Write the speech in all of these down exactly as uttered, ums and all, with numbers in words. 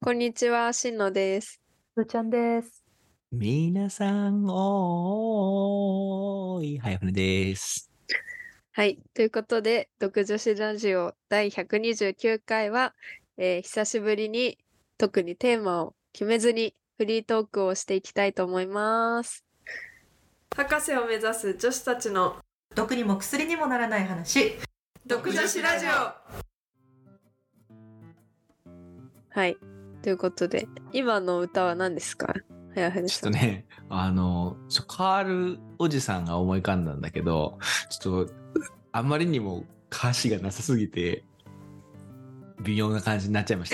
こんにちは、しんのです。 ふーちゃんです。 皆さん、おーい。はい、船です。 はい。ということで、独女子ラジオだいひゃくにじゅうきゅうかいは、えー久しぶりに特にテーマを決めずにフリートークをしていきたいと思います。博士を目指す女子たちの毒にも薬にもならない話。 独女子ラジオ。はい。ということで、今の歌は何ですか？はやふねちょっさん。 とね、あの、ちょカールおじさんが思い浮かんだんだけど、ちょっと、あまりにも歌詞がなさすぎて、微妙な感じになっちゃいました。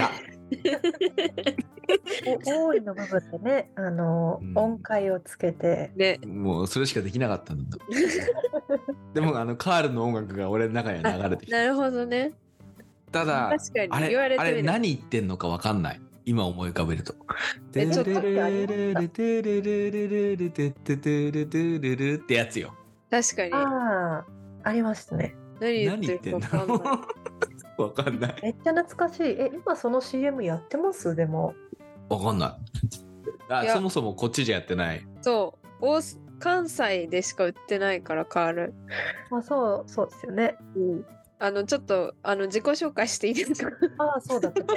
お多いの部分でね、あの、 うん音階をつけて、 ね。 もうそれしかできなかったんだ。でも、あの、カールの音楽が俺の中には流れてきた。 なるほどね。 ただ、 確かにあれ、 言われてあれみれば何言ってんのかわかんない。今思い浮かべると。 えちょっとテレレレテレレレレレテテテレテレレってやつよ。 確かに。 ああ、ありましたね。 何言っ何てる言ってんのかわかんない。 わかんない。 めっちゃ懐かしい。え、今その シーエム やってますでも。 わかんない。あ、 いやそもそもこっちじゃやってない。 そう大須関西でしか売ってないからカール。 まあそう、そうですよね。 うん。あのちょっとあの自己紹介していいですか？ ああ、そうだったね。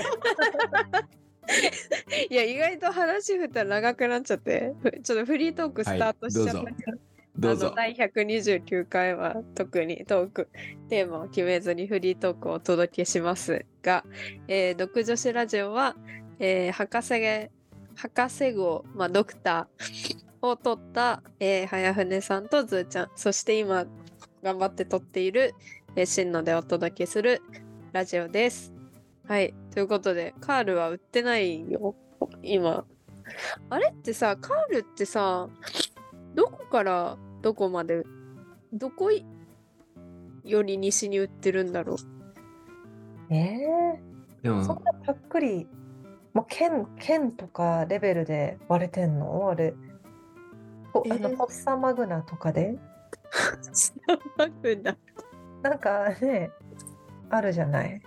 いや意外と話振ったら長くなっちゃってふちょっとフリートークスタートしちゃったから、 どうぞあの。だいひゃくにじゅうきゅうかいは特にトークテーマを決めずにフリートークをお届けしますが、えー、独女子ラジオは、えー、博士げ博士号、まあ、ドクターを取った、えー、早船さんとずーちゃん、そして今頑張って取っている、えー、しんのでお届けするラジオです。はい。ということで、カールは売ってないよ、今。あれってさ、カールってさ、どこからどこまで、どこいより西に売ってるんだろう。 ええでそんなも、 ぱっくり、もう県、県とかレベルで割れてんのあれ。おあの、 えーフォッサマグナとかでスタバくんだ。 なんかね、あるじゃない。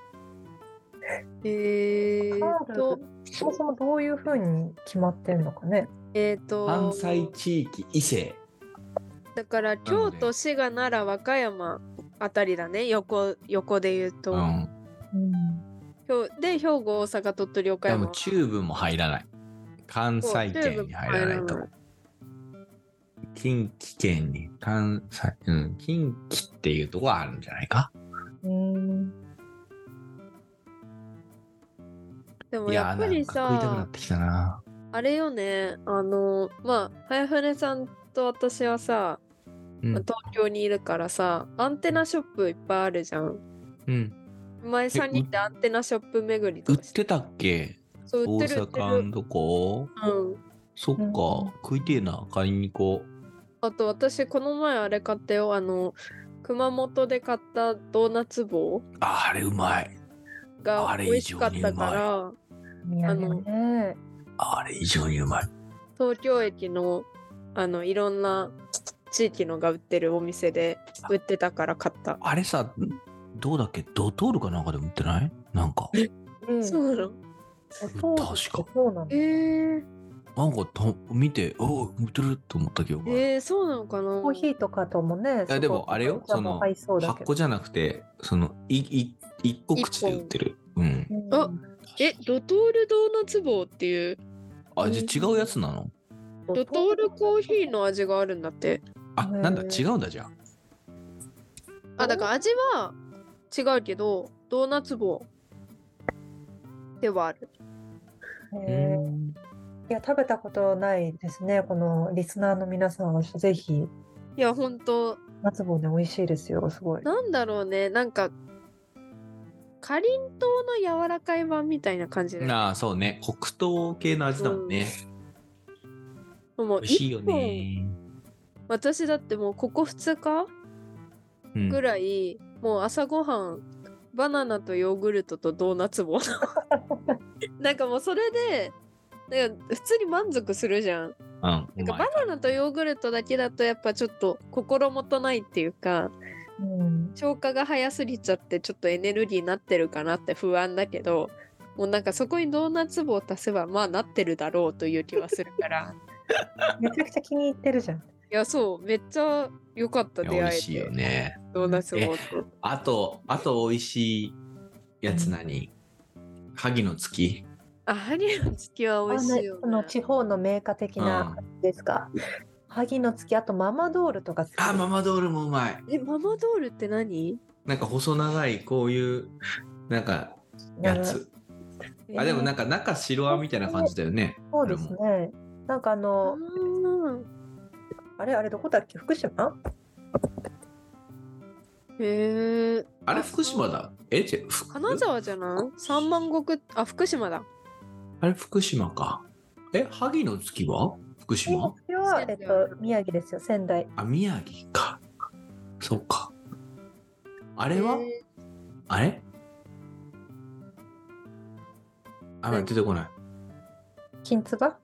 えーカーとル、、そもそもどういうふうに決まってんのかね。 えーと、 関西地域伊勢。 だから京都、滋賀、奈良、和歌山あたりだね、横、横で言うと。 うん。 うん。 ひょで、兵庫、大阪、鳥取、岡で山。 も中部も入らない。関西圏に入らないと。近畿圏に、関西、うん、近畿っていうとこはあるんじゃないか。 うん。 でもいやー、 やっぱりなんか食いたくなさっ、てきたな。 あれよね、あの、まあ、早船さんと私はさ、 うん。 まあ東京にいるからさ、アンテナショップいっぱいあるじゃん。 うん。 前さんに行ってアンテナショップ巡り売とかして。 ってたっけ？ そう、売大ってる売ってる。 阪のどこ？ うん。 そっか、 うん食いてえな。買いに行こう。 あと私、この前あれ買ったよ。あの、熊本で買ったドーナツ棒ああれうまい。 があれ美味しかった異常にうまいから、 土産ね。 あれ異常にうまい。 東京駅の、あの、いろんな地域のが売ってるお店で売ってたから買った。 あれさ、どうだっけ？ドトールかなんかでも売ってない？なんか。 うん。 そうなの？ そう確かそうなの。 えー、 なんかた見て、おお、売ってると思ったけど。 えー、そうなのかな？ コーヒーとかともね。 いやでもあれよ、その入そうだけど。 箱じゃなくて、そのいい一個口で売ってる。うん。 うんあえ、ドトールドーナツ棒っていう、 あ、じゃあ違うやつなの？ ドトールコーヒーの味があるんだって。 あ、 へーなんだ違うんだじゃあ。 あ、だから味は違うけど、ドーナツ棒ではある。 へーいや、食べたことないですね。このリスナーの皆さんはぜひ、 いや、ほんと、 夏棒ね、美味しいですよ、すごい。 なんだろうね、なんか、かりんとうの柔らかい版みたいな感じで。 ああ、そうね。黒糖系の味だもんね。 もう美味しいよ一本ね。 私だってもうここふつかうんぐらい、もう朝ごはんバナナとヨーグルトとドーナツ棒なんかもうそれでなんか普通に満足するじゃん。 うん。 なんかうまいバナナとヨーグルトだけだとやっぱちょっと心もとないっていうか、 うん。 消化が早すぎちゃってちょっとエネルギーになってるかなって不安だけど、 もうなんかそこにドーナツ棒を足せばまあなってるだろうという気はするからめちゃくちゃ気に入ってるじゃん。 いやそうめっちゃ良かったいや出会えて美味しいよね。 ドーナツ棒とあと、あと美味しいやつ何、萩の月。 あハニーの月は美味しいよあのね地方の銘菓的な感じですか。萩の月、あとママドールとか好きです。 あ、ママドールもうまい。 えママドールって何？ なんか細長いこういうなんかやつ。あ、でもなんか中白あんみたいな感じだよね。 そうですね。なんかあの、 うんあれあれどこだっけ、福島？ へえあれ福島だ。え、違う。 金沢じゃない三万石あ福島だあれ福島か。え、萩の月は福島？ これは、えっと、宮城ですよ、仙台。 あ、宮城か。そうか。あれは、 へあれあ、 何出てこない。 金つば？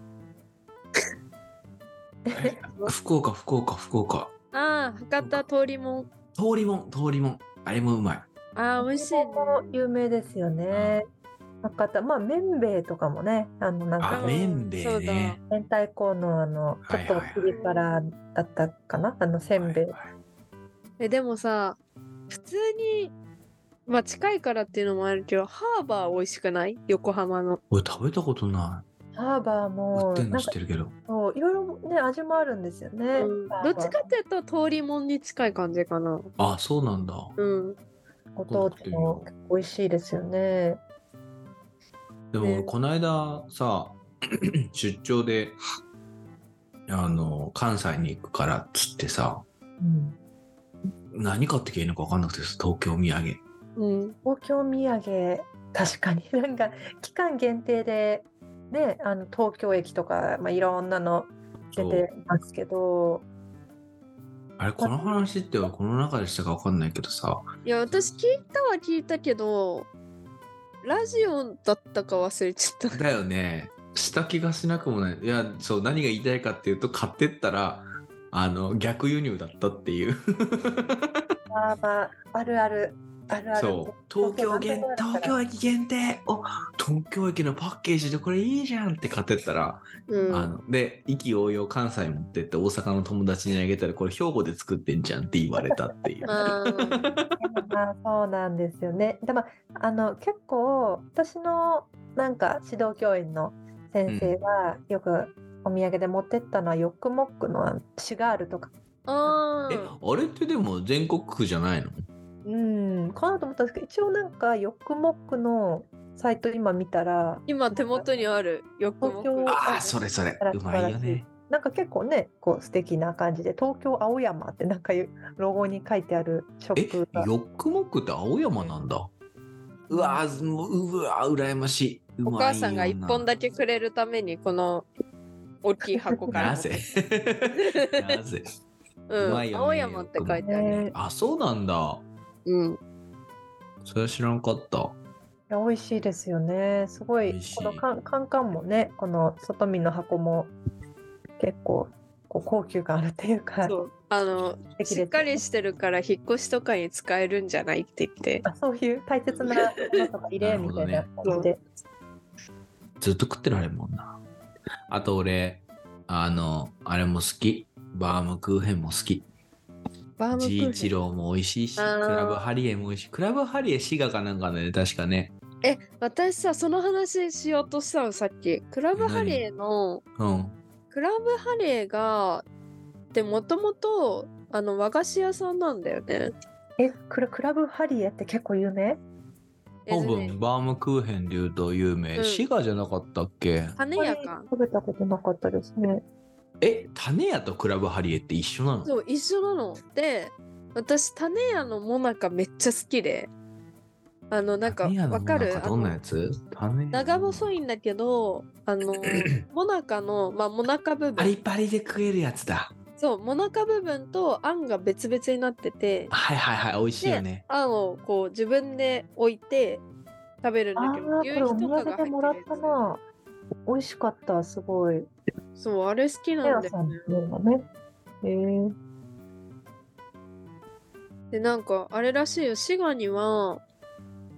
え福岡、福岡、福岡。 ーああ博多通りもん通りもん、通りもん。あれもうまい。 あー美味しいねも有名ですよね。博多、まあ、麺べいとかもね、あの、なんあ、 か、 麺べいそうだね。 明太子の、あの、ちょっとはいはいはいピリ辛だったかな、あの、せんべい。 はいはいえでもさ普通にまあ近いからっていうのもあるけどハーバー美味しくない横浜の俺食べたことなハーバーい。売もってんのなんか知ってるけど。 そういろいろね味もあるんですよね。 うんハーバーどっちかっていうと通りもんに近い感じかなあ、そうなんだ。 うんご当地も美味しいですよね。 でもねこの間さ、出張で、あの、関西に行くからっつってさ、 うん、 何買ってきゃいいのか分かんなくてさ、東京土産。 うん東京土産確かになんか期間限定でね、あの東京駅とか、まあ、いろんなの出てますけど、 あれ、この話ってこの中でしたか分かんないけどさ、 いや私聞いたは聞いたけどラジオだったか忘れちゃっただよね。した気がしなくもない。いや、そう、何が言いたいかっていうと、買ってったら、あの、逆輸入だったっていう。 まあまああるあるあるある。 そう。東京限、東京駅限定。お、東京駅のパッケージでこれいいじゃんって買ってったら、 うんあの、で、意気揚々関西持ってって大阪の友達にあげたら、これ兵庫で作ってんじゃんって言われたっていう。 あーまあそうなんですよね。でもあの結構私のなんか指導教員の先生がよくお土産で持ってったのは、ヨックモックのシガールとか、 え、 あーあれってでも全国区じゃないの？ うんかなと思ったんですけど、一応なんかヨックモックのサイト今見たら今手元にあるよくも東京ああ、それそれ。うまいよね。 なんか結構ねこう素敵な感じで、東京青山ってなんかいうロゴに書いてあるショえ、 ップが。 ヨックモックって青山なんだ。うわー、もううわー、羨ましい。うおまいよな。 母さんが一本だけくれるためにこの大きい箱からなぜなぜううんまいよね青山って書いてあるねあ、そうなんだ。 うんそれは知らんかった。 いや美味しいですよね。すごい美味しいこのカンカンカンもね、この外見の箱も結構こう高級感あるっていうか、 そうあの素敵ですしっかりしてるから引っ越しとかに使えるんじゃないって言ってあそういう大切なものとか入れみたいな感じで。 ずっと食ってられんもんな。あと俺、あの、あれも好き。バームクーヘンも好き。 バームクジーーヘンチローも美味しいし、クあーラブハリエも美味しい。クラブハリエ滋賀かなんかね、確かね。 え私さその話しようとしたのさっきクラブハリエのうん。 クラブハリエがでもともとあの和菓子屋さんなんだよねえクラクラブハリエって結構有名？ 多えっとね分、バームクーヘンで言うと有名。 うん滋賀じゃなかったっけ？ 種屋か食べたことなかったですね。 え、種屋とクラブハリエって一緒なの？ そう一緒なので私種屋のモナカめっちゃ好きであのなんか種屋のわかるモナカどんなやつ？種屋長細いんだけどあのモナカのまあモナカ部分パリパリで食えるやつだ。 そうモナカ部分とあんが別々になっててはいはいはい、美味しいよね。 あんをこう自分で置いて食べるんああだけどこれお土産でもらったやな。美味しかった、すごい。 つそうあれ好きなレアさんんだよねのようなね。へえ。 でなんかあれらしいよ滋賀には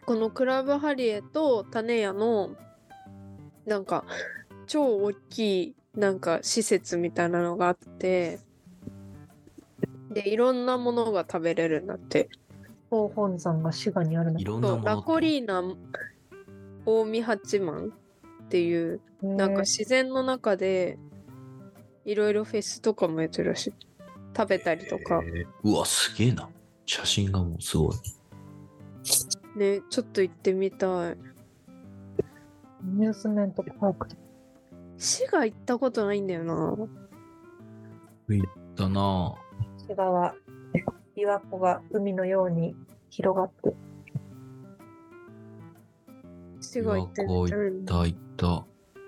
このクラブハリエと種屋のなんか超大きいなんか施設みたいなのがあって、でいろんなものが食べれるんだって。 総本山が滋賀にあるの。 いろんなものってラコリーナ近江八幡っていうなんか自然の中でいろいろフェスとかもやってるらしい。食べたりとか。 えーうわ、すげえな。写真がもうすごい。 ね、ちょっと行ってみたい。 アミューズメントパーク。 滋賀行ったことないんだよな。 行ったな滋賀は琵琶湖が海のように広がって。 滋賀行ってみたい行った行った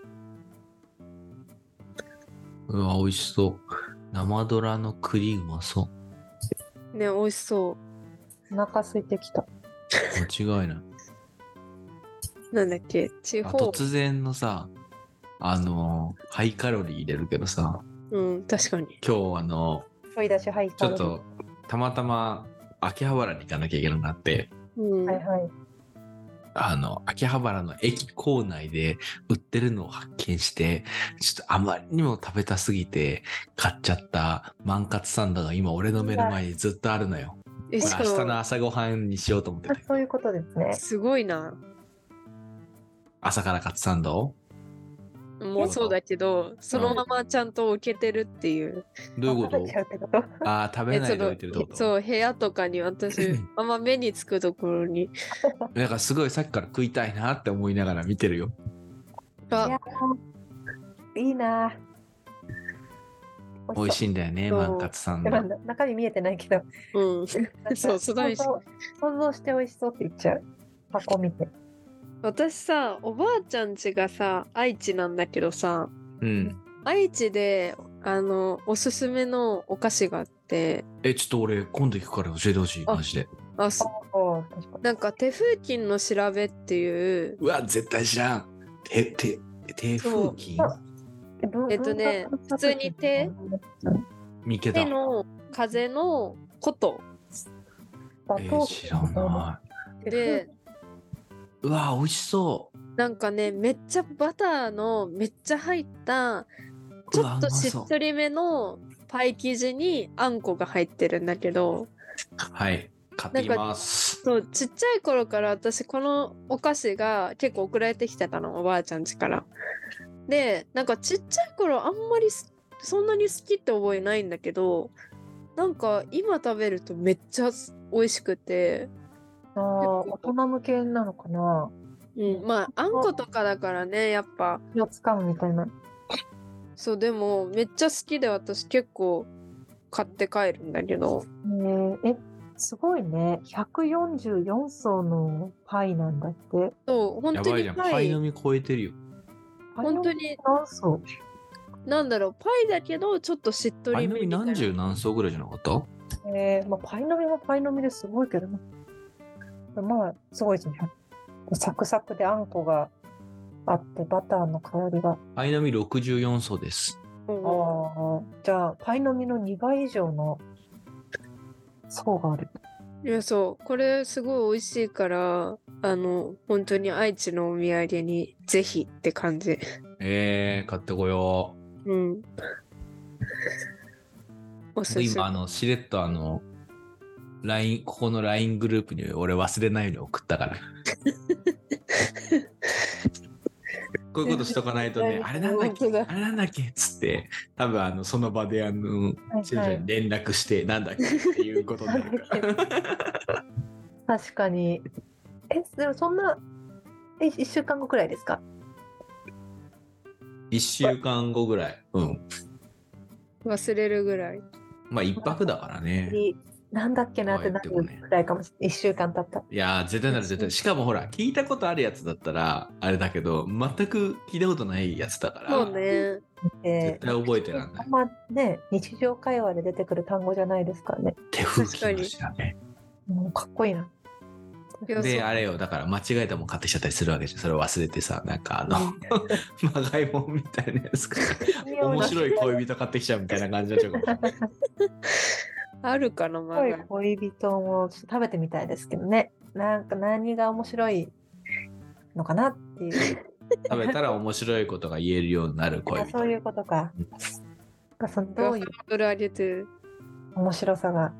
うわ、美味しそう。生ドラの栗うまそね、美味しそお腹空いてきた。 う。間違いない。 う。なんだっけ、地あ方。 突然のさ、あの、ハイカロリー入れるけどさ、 うん、確かに。 今日あの、 ちょい出しはいちょっとたまたま秋葉原に行かなきゃいけなくなって、 うん。 はいはい。 あの、秋葉原の駅構内で売ってるのを発見して、ちょっとあまりにも食べたすぎて買っちゃったマンカツサンドが今俺の目の前にずっとあるのよ。 え、 これしか明日のも、 朝ごはんにしようと思ってて。 そういうことですね。 すごいな。 朝からカツサンドもうそうだけど、そのままちゃんと置けてるっていう。 どういうこと食べちゃうってことああ、食べえ、そないで置のいてるってことそう、部屋とかに私、あんま目につくところに。 だからすごいさっきから食いたいなって思いながら見てるよ。 いやあ、 ーいいな。 美味しい。 いんだよね、 そうマンカツサンド。 まあ中身見えてないけど、 うん。そう、その想像想像して美味しそうって言っちゃう。箱見て。 私さ、おばあちゃん家がさ、愛知なんだけどさ、 うん。 愛知で、あの、おすすめのお菓子があって、 え、ちょっと俺今度行くから教えてほしい、 あマジで。 あ、すああ、確かに。 なんか手風琴の調べっていう、 うわ、絶対知らん。手、手、手風琴えぶえっとね文化普通に手見てた。 手の風のことえバトー知らなで、 い。うわ、美味しそなんかね、めっちゃバターのめっちゃ入った、ちょっとしっとりめのパイ生地にあんこが入ってるんだけど、 う。はい。買ってきます。 そう、ちっちゃい頃から私このお菓子が結構送られてきてたの、おばあちゃん家から。で、なんかちっちゃい頃あんまりすそんなに好きって覚えないんだけど、なんか今食べるとめっちゃ美味しくて、 ああ、大人向けなのかな。 うん、まああんことかだからね、やっぱ。 気をつかむみたいな。 そう、でもめっちゃ好きで私結構買って帰るんだけど。 ねえ、え、すごいね。ひゃくよんじゅうよん層のパイなんだって。 そう、本当やばいじゃん。 にパイ、 パイの実超えてるよ。 本当に何層？ なんだろう、パイだけどちょっとしっとパイの実りめみたいな。 何十何層ぐらいじゃなかったえー、まあ、パイの実もパイの実ですごいけどな。まあ、すごいですね。サクサクであんこがあって、バターの香りが。 パイの実ろくじゅうよん層です。 うんああ、じゃあ、パイの実のにばい以上の層がある。 いや、そう、これすごい美味しいから、あの、本当に愛知のお土産にぜひって感じ。 えー、買ってこよう。 うん。おすすめ。 今、あの、しれっとあの、ライン、ここの ライン グループに俺忘れないように送ったから。こういうことしとかないとね、あれなんだっけ、 本当だあれなんだっけっつって、多分あの、その場であの、 はいしれちゃんに連絡して、なんだっけっていうことになるから。 確かに。え、でもそんな、え、いっしゅうかんごくらいですか？ いっしゅうかんごぐらい。うん。 忘れるぐらい。 まあ、一泊だからね。 なんだっけなってなるくらいかもしれない。いっしゅうかん経った。 いやー、絶対なる、絶対。しかもほら、聞いたことあるやつだったら、あれだけど、全く聞いたことないやつだから、 そうね。 え絶対覚えてらんないあん。まね、日常会話で出てくる単語じゃないですからね。 手風琴の知らね。 もうかっこいいな。 いやで、 そうあれよ、だから間違えたもん買ってきちゃったりするわけじゃん。それを忘れてさ、なんかあの、 うんまがいもんみたいなやつから、面白い恋人買ってきちゃうみたいな感じになっちゃうかもしれない。 あるかな、まだ。 恋人もちょっと食べてみたいですけどね。 なんか何が面白いのかなっていう。 食べたら面白いことが言えるようになる恋人。 あ、そういうことか。そのどういう 가를 알게 돼. 面白さが。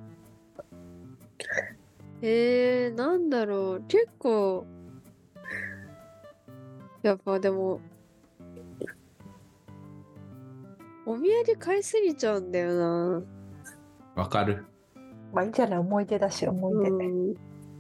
えー、なんだろう。結構、やっぱでも、お土産買いすぎちゃうんだよな。 わかる。 まあいいんじゃない、思い出だし、思い出。 うん。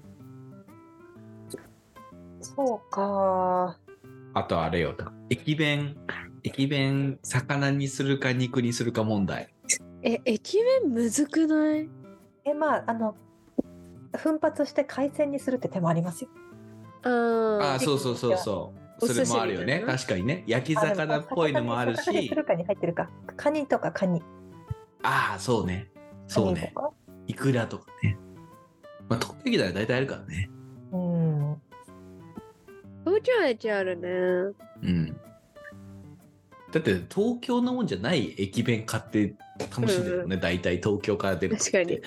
そうか。 あとあれよ。駅弁、駅弁、魚にするか肉にするか問題。 え、駅弁むずくない？ え、まあ、あの、奮発して海鮮にするって手もありますよ。 あああ、 あ、 そうそうそうそう。それもあるよね。 お寿司みたいな確かにね。焼きあでも魚っぽいのもあるし魚にする。かに入ってるか。カニとかカニ。 ああ、そうね。 カそうね。 ニとか。 イクラとかね。まあ、東京駅だら大体あるからね。 うん。 東京駅あるね。 うん。だって東京のもんじゃない駅弁買って楽しんでるもんね。大体東京から出る時って。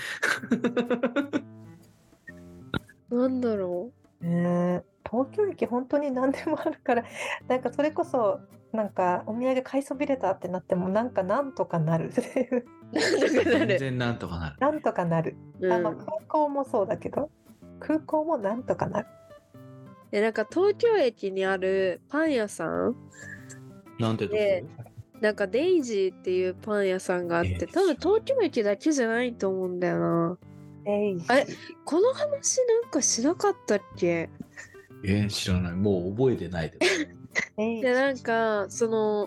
なんだろねえ、東京駅本当に何でもあるからなんかそれこそなんかお土産買いそびれたってなってもなんかなんとかなるっていうう。なんとかなる。 全然なんとかなる。 なんとかなる、 うんあの空港もそうだけど空港もなんとかなる。 で、なんか東京駅にあるパン屋さんなんてとこ、 でなんかデイジーっていうパン屋さんがあっえて、多分東京駅だけじゃないと思うんだよな。 えいあれこの話なんかしなかったっけ？ えー、知らない。もう覚えてないで。 えいで、なんか、その、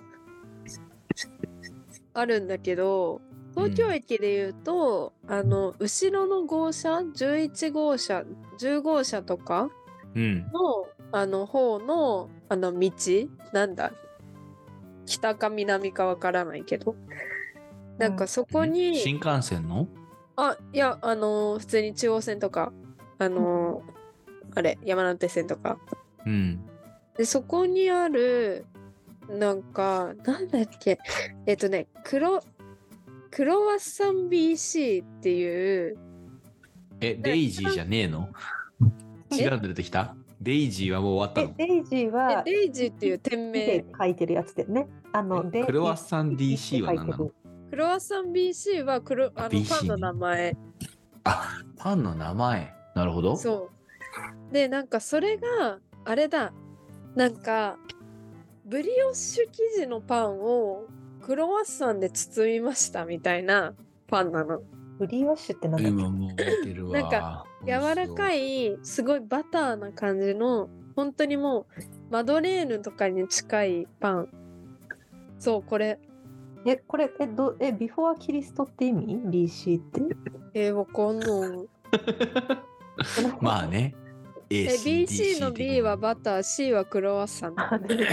あるんだけど、東京駅で言うと、うん、あの、後ろの号車、じゅういち号車、じゅう号車とかうんの、あの、方の、あの、道なんだ北か南かわからないけど。なんかそこに、 新幹線のあ、いや、あのー普通に中央線とか、あのーあれ、山手線とか。 うん。 で、そこにある、なんか、なんだっけ、えっとね、クロ、クロワッサン ビーシー っていう、 え、デイジーじゃねえの？違うの出てきた？デイジーはもう終わったの？ えデイジーはえデイジーっていう店名。 で書いてるやつでね。あのクロワッサン ディーシー は何なの？ クロワッサン ビーシー はクロあのビーシーパンの名前。 あ、パンの名前。なるほど。 そうで、なんかそれがあれだ、なんかブリオッシュ生地のパンをクロワッサンで包みましたみたいなパンなの。 ブリオッシュってなんだっけ？ 今もう覚えてるわ。 なんか柔らかいすごいバターな感じの本当にもうマドレーヌとかに近いパン。そうこれ。 えこれえどえビフォーキリストって意味？ ビーシー って。 えー、わかんない。 まあね。 え ビーシー の B はバター、C はクロワッサン。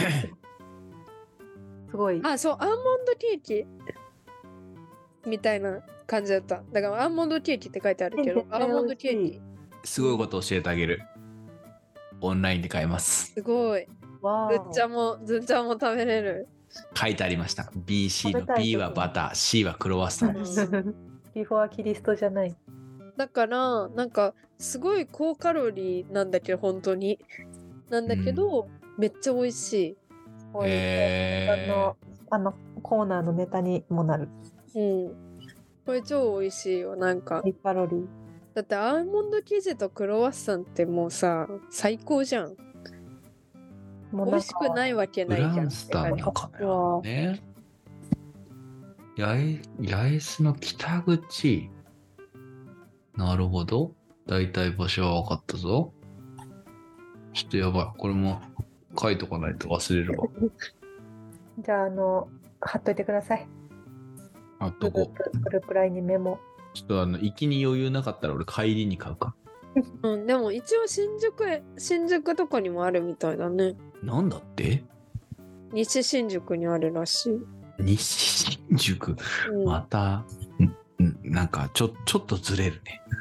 すごい。 あ、そう、アーモンドケーキみたいな感じだった。だからアーモンドケーキって書いてあるけど、アーモンドケーキ。 すごいこと教えてあげる。オンラインで買えます。 すごい。 わずっちゃも、ずっちゃも食べれる。 書いてありました。ビーシー の B はバター、C はクロワッサンです。 ビフォーキリストじゃない。 だからなんかすごい高カロリーなんだけど本当になんだけど、うん、めっちゃ美味しい。 へー。 あのあのコーナーのネタにもなる。 うん。これ超美味しいよなんか。 カロリー。 だってアーモンド生地とクロワッサンってもうさ最高じゃん。もう美味しくないわけないじゃん。 グランスタンのカメラね。八重八重洲の北口。なるほど。だいたい場所は分かったぞ。ちょっとやばい。これも書いとかないと忘れるわ。 じゃあ、あの、貼っといてください。 貼っとこう。グループラインにメモ。 ちょっとあの、行きに余裕なかったら俺帰りに買うか。 うん、でも一応新宿へ、新宿とかにもあるみたいだね。 なんだって？ 西新宿にあるらしい。 西新宿、うん、また、なんかちょ、ちょっとずれるね。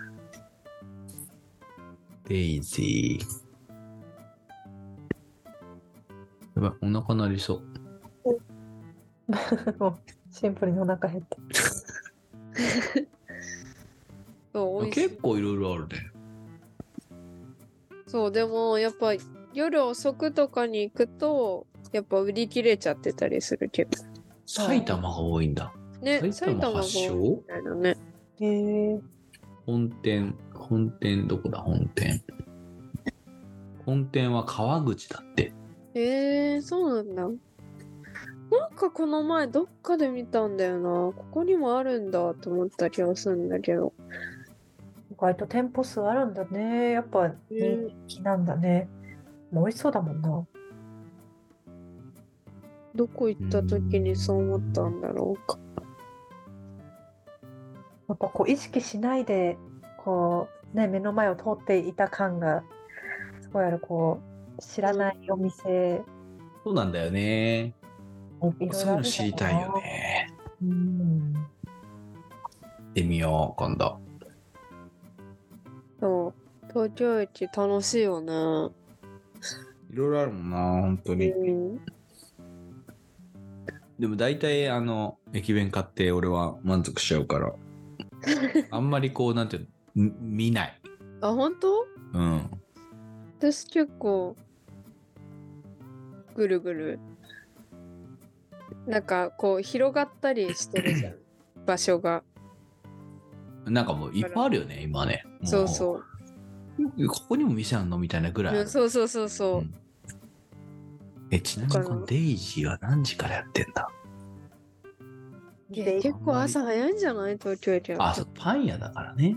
デイジー。やばい、お腹鳴りそう。 シンプルにお腹減って。 そう、 結構いろいろあるね。 そうでもやっぱ夜遅くとかに行くとやっぱ売り切れちゃってたりするけど埼玉が多いんだ。 ね。 埼玉埼玉が発祥多いみたいなね。 へえ。 本店、本店どこだ本店。本店は川口だって。 えー、そうなんだ。なんかこの前どっかで見たんだよな。ここにもあるんだと思った気がするんだけど。 意外と店舗数あるんだね。やっぱ人気なんだね。もう美味しそうだもんな。 どこ行った時にそう思ったんだろうか。 やっぱこう意識しないでこうね目の前を通っていた感がすごいある。こう知らないお店、 そうなんだよね。 いろいろそういうのあるんだ知りたいよね。 うん。 行ってみよう、今度。 そう。東京駅楽しいよね。 いろいろあるもんな、本当に。 うん。 でも大体、あの、駅弁買って俺は満足しちゃうから、あんまりこう、なんていうの、み見ない。 あ、本当？ うん。 私結構ぐるぐるなんかこう広がったりしてるじゃん場所が。 なんかもういっぱいあるよね、今ね。もそうそうここにも店あんのみたいなぐらいある。 うんそうそうそうそう、 うんえ、ちなみにこのデイジーは何時からやってんだ？ えで結構朝早いんじゃない東京駅は。 あ、そう、パン屋だからね。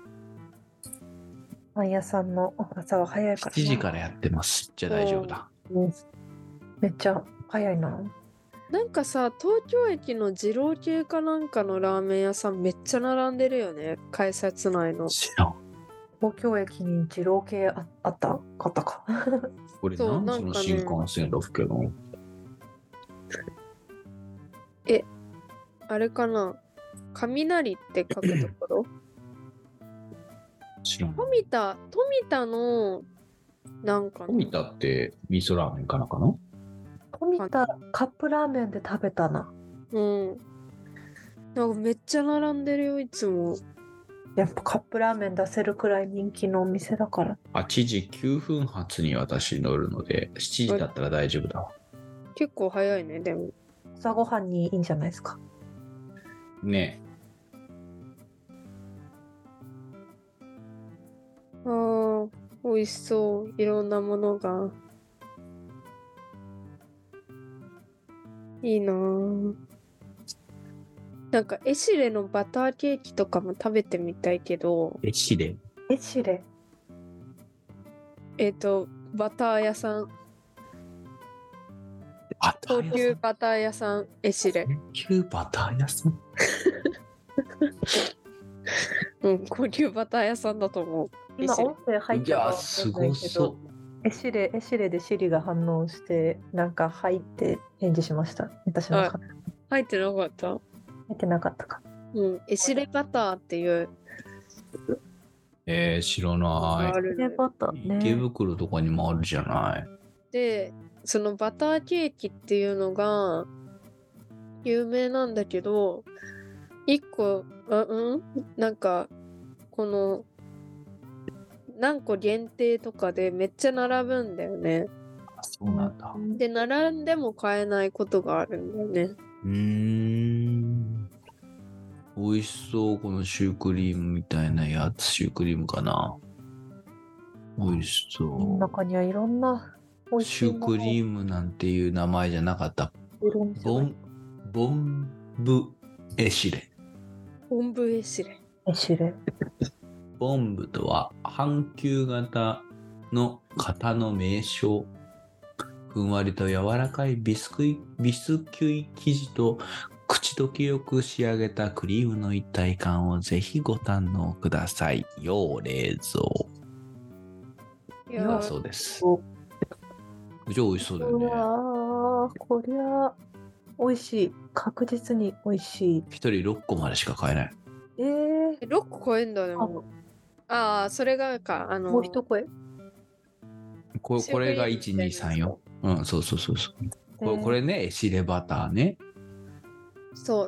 パン屋さんの朝は早いからな。 しちじからやってます。じゃあ大丈夫だ。 うんめっちゃ早いな。 なんかさ東京駅の二郎系かなんかのラーメン屋さんめっちゃ並んでるよね改札内の。 知らん。 東京駅に二郎系ああったかったか。 これそう何時のなんかね新幹線だっけな。 あれかな雷って書くところ知らん。 富田富田のなんかな富田って味噌ラーメンかなかな。 富田カップラーメンで食べたな。 うんなんかめっちゃ並んでるよいつも。 やっぱカップラーメン出せるくらい人気のお店だから。 はちじきゅうふん発に私乗るので、しちじだったら大丈夫だわ。 結構早いねでも。 朝ごはんにいいんじゃないですか。 ねあー美味しそういろんなものがいいなぁ。なんかエシレのバターケーキとかも食べてみたいけどえ。エシレ。 エシレ。 えっ、とバター屋さんバター高屋さん。 級バター屋さんエシレ。 高級バター屋さん。 うん高級バター屋さんだと思う。 今エシレ音声入っいや、 たかわかすんないけごそど、エシレ、エシレでシリが反応して、なんか入って返事しました。私のはい話入ってなかった。 入ってなかったか。 うんエシレバターっていうう。えー、知らなあるのよバタい。池袋とかにもあるじゃない。 でそのバターケーキっていうのが有名なんだけど一個あうんなんかこの何個限定とかでめっちゃ並ぶんだよね。 あ、そうなんだ。 で並んでも買えないことがあるんだよね。 うーん。美味しそう。このシュークリームみたいなやつ。シュークリームかな。美味しそ中にはいろんな美う。 味しいシュークリーームなんていう名前じゃなかった。 ム。 ボン、ボンブエシレ。 ボンブエシレ。 エシレ。 ボンブとは半球型の型の名称。ふんわりと柔らかいビスクイビスキュイ生地と口どけよく仕上げたクリームの一体感をぜひご堪能ください。要冷蔵。 いやそうです。 おじゃあ美味しそうだようね。 わー、こりゃ美味しい。確実に美味しい。 一人ろっこまでしか買えない。 えー、 ろっこ超えんだでも。ああそれがかあのもう一声。 ここれがいち、に、さんよ。うん、そうそうそうそう。これこれね、エシレバターね。 そう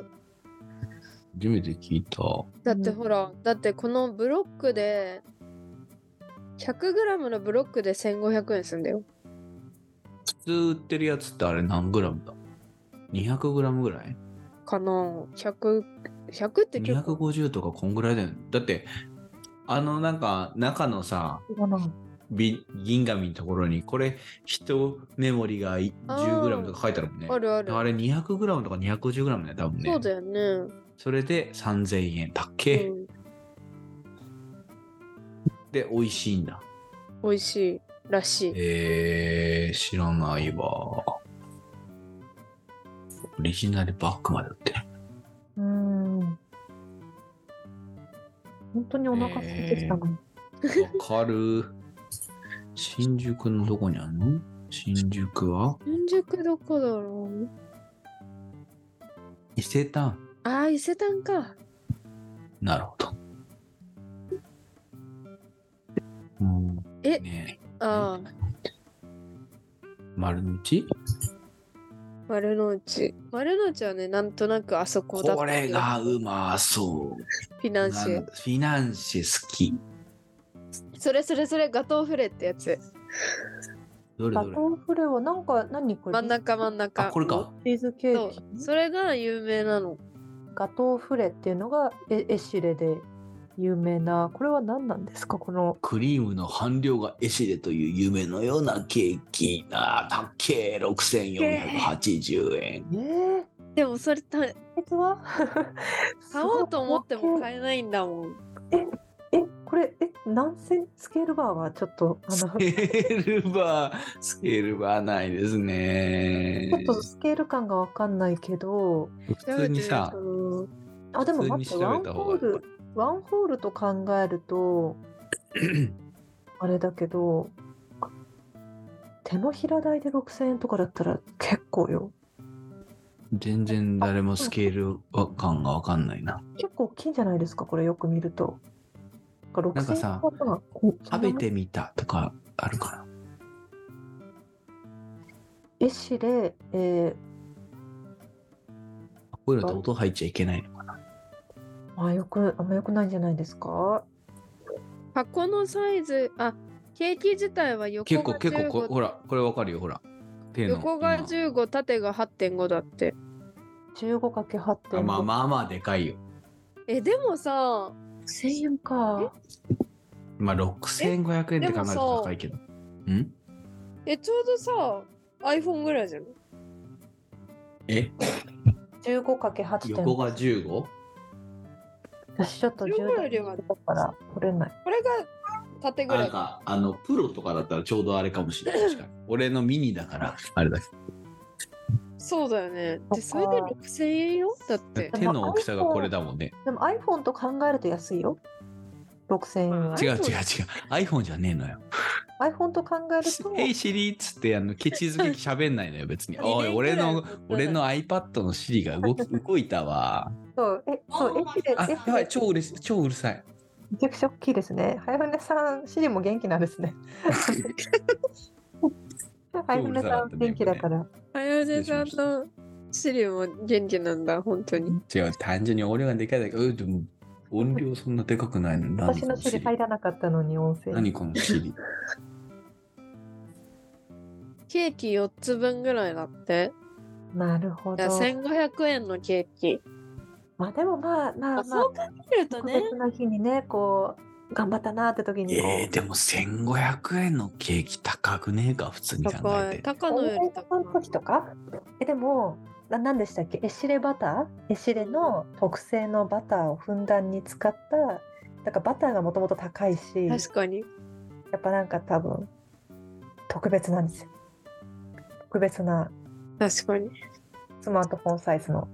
初めて聞いた。 だってほら、だってこのブロックでひゃくグラム のブロックでせんごひゃくえんするんだよ。 普通売ってるやつってあれ何グラムだ ?にひゃくグラム ぐらいかな。ひゃく、ひゃくって結構。 にひゃくごじゅうとかこんぐらいだよね。だって、あのなんか中のさ、び銀紙のところにこれ一メモリが じゅうグラム とか書いてあるもんね。 あるある。 あれ にひゃくグラム とか にひゃくごじゅうグラム ね、多分ね。 そうだよね。 それでさんぜんえん。たっけ、 うん、 で、美味しいんだ。 美味しいらしい。 えー、知らないわ。オリジナルバッグまで売ってる。 うーん。本当にお腹空いてきたの。 わかる。新宿のどこにあるの？新宿は新宿どこだろう。 伊勢丹。 ああ、伊勢丹か。 なるほど。うん、 え、 ね、 ああ。 丸の内？ 丸の内。丸の内はね、なんとなくあそこだった。 これがうまそう。 フィナンシェ。 フィナンシェ好き。 それそれそれ、ガトーフレってやつ。 どれどれ？ ガトーフレはなんか何これ？ 真ん中真ん中。 あ、これか。 チーズケーキ。 そう、それが有名なの。 ガトーフレっていうのがエエシレで有名な、これは何なんですか？このクリームの半量がエシレという夢のようなケーキな、たっけろくせんよんひゃくはちじゅうえん。 えー、 でもそれた実は買おうと思っても買えないんだもん。 ええこれえ何センスケールバーはちょっとあのスケールバースケールバーないですね。 ちょっとスケール感がわかんないけど、 普通にさ、 あでも待って、ワン普通に調べた方がいいホールワンホールと考えるとあれだけど、手のひら代でろくせんえんとかだったら結構よ。 全然誰もスケール感がわかんないな。 結構大きいんじゃないですか、これよく見ると。 なんかさ、食べてみたとかあるかな。 エシレ、えー、 こういうのって音入っちゃいけないのかな。 あよくあんまよくないんじゃないですか。 箱のサイズ、あ、ケーキ自体は横結が構結構こほらこれわかるよほら。 横がじゅうご、縦が はってんご だって。 じゅうごかけるはってんご。 まあまあまあでかいよ。 え、でもさ、 せんえんか。 まあろくせんごひゃくえんって考えると高いけど。ん？ え、ちょうどさ、iPhone ぐらいじゃん。 えじゅうごかけるはってんご。 横が じゅうご？ 私ちょっとじゅう代だから取れない。 これが縦ぐらい。 なんかあのプロとかだったらちょうどあれかもしれない。確かに俺のミニだからあれだけど。 そうだよね。で、それでろくせんえんよだって。 手の大きさがこれだもんね。 でも iPhone と考えると安いよ。ろくせんえんは。 違う違う違う。iPhone じゃねえのよ。 iPhone と考えると。 ヘイシリっつってあのケチづけ喋んないのよ別に。おい俺の俺の iPad のシリが動き動いたわ。 そうえそうエシレあやばい超うれし超うるさい。 めちゃくちゃ大きいですね。はやぶねさんシリも元気なんですね。はやぶねさん元気だから。 はやぶねさんのシリも元気なんだ本当に。 違う単純に俺がでかいだけ。うんでも音量そんなでかくないのに。 私のシリ入らなかったのに音声。 何このシリ。 ケーキよっつぶんぐらいだって。 なるほど。 せんごひゃくえんのケーキ。 まあでもまあまあまあ、 そう考えるとね。 特別な日にね、こう頑張ったなって時にこう。 えー、でもせんごひゃくえんのケーキ高くねえか普通に考えて。 高野より高い時とか。えでもな何でしたっけ？エシレバター？エシレの特製のバターをふんだんに使った。だからバターがもともと高いし。 確かに。 やっぱなんか多分特別なんですよ。特別な。 確かに。 スマートフォンサイズの。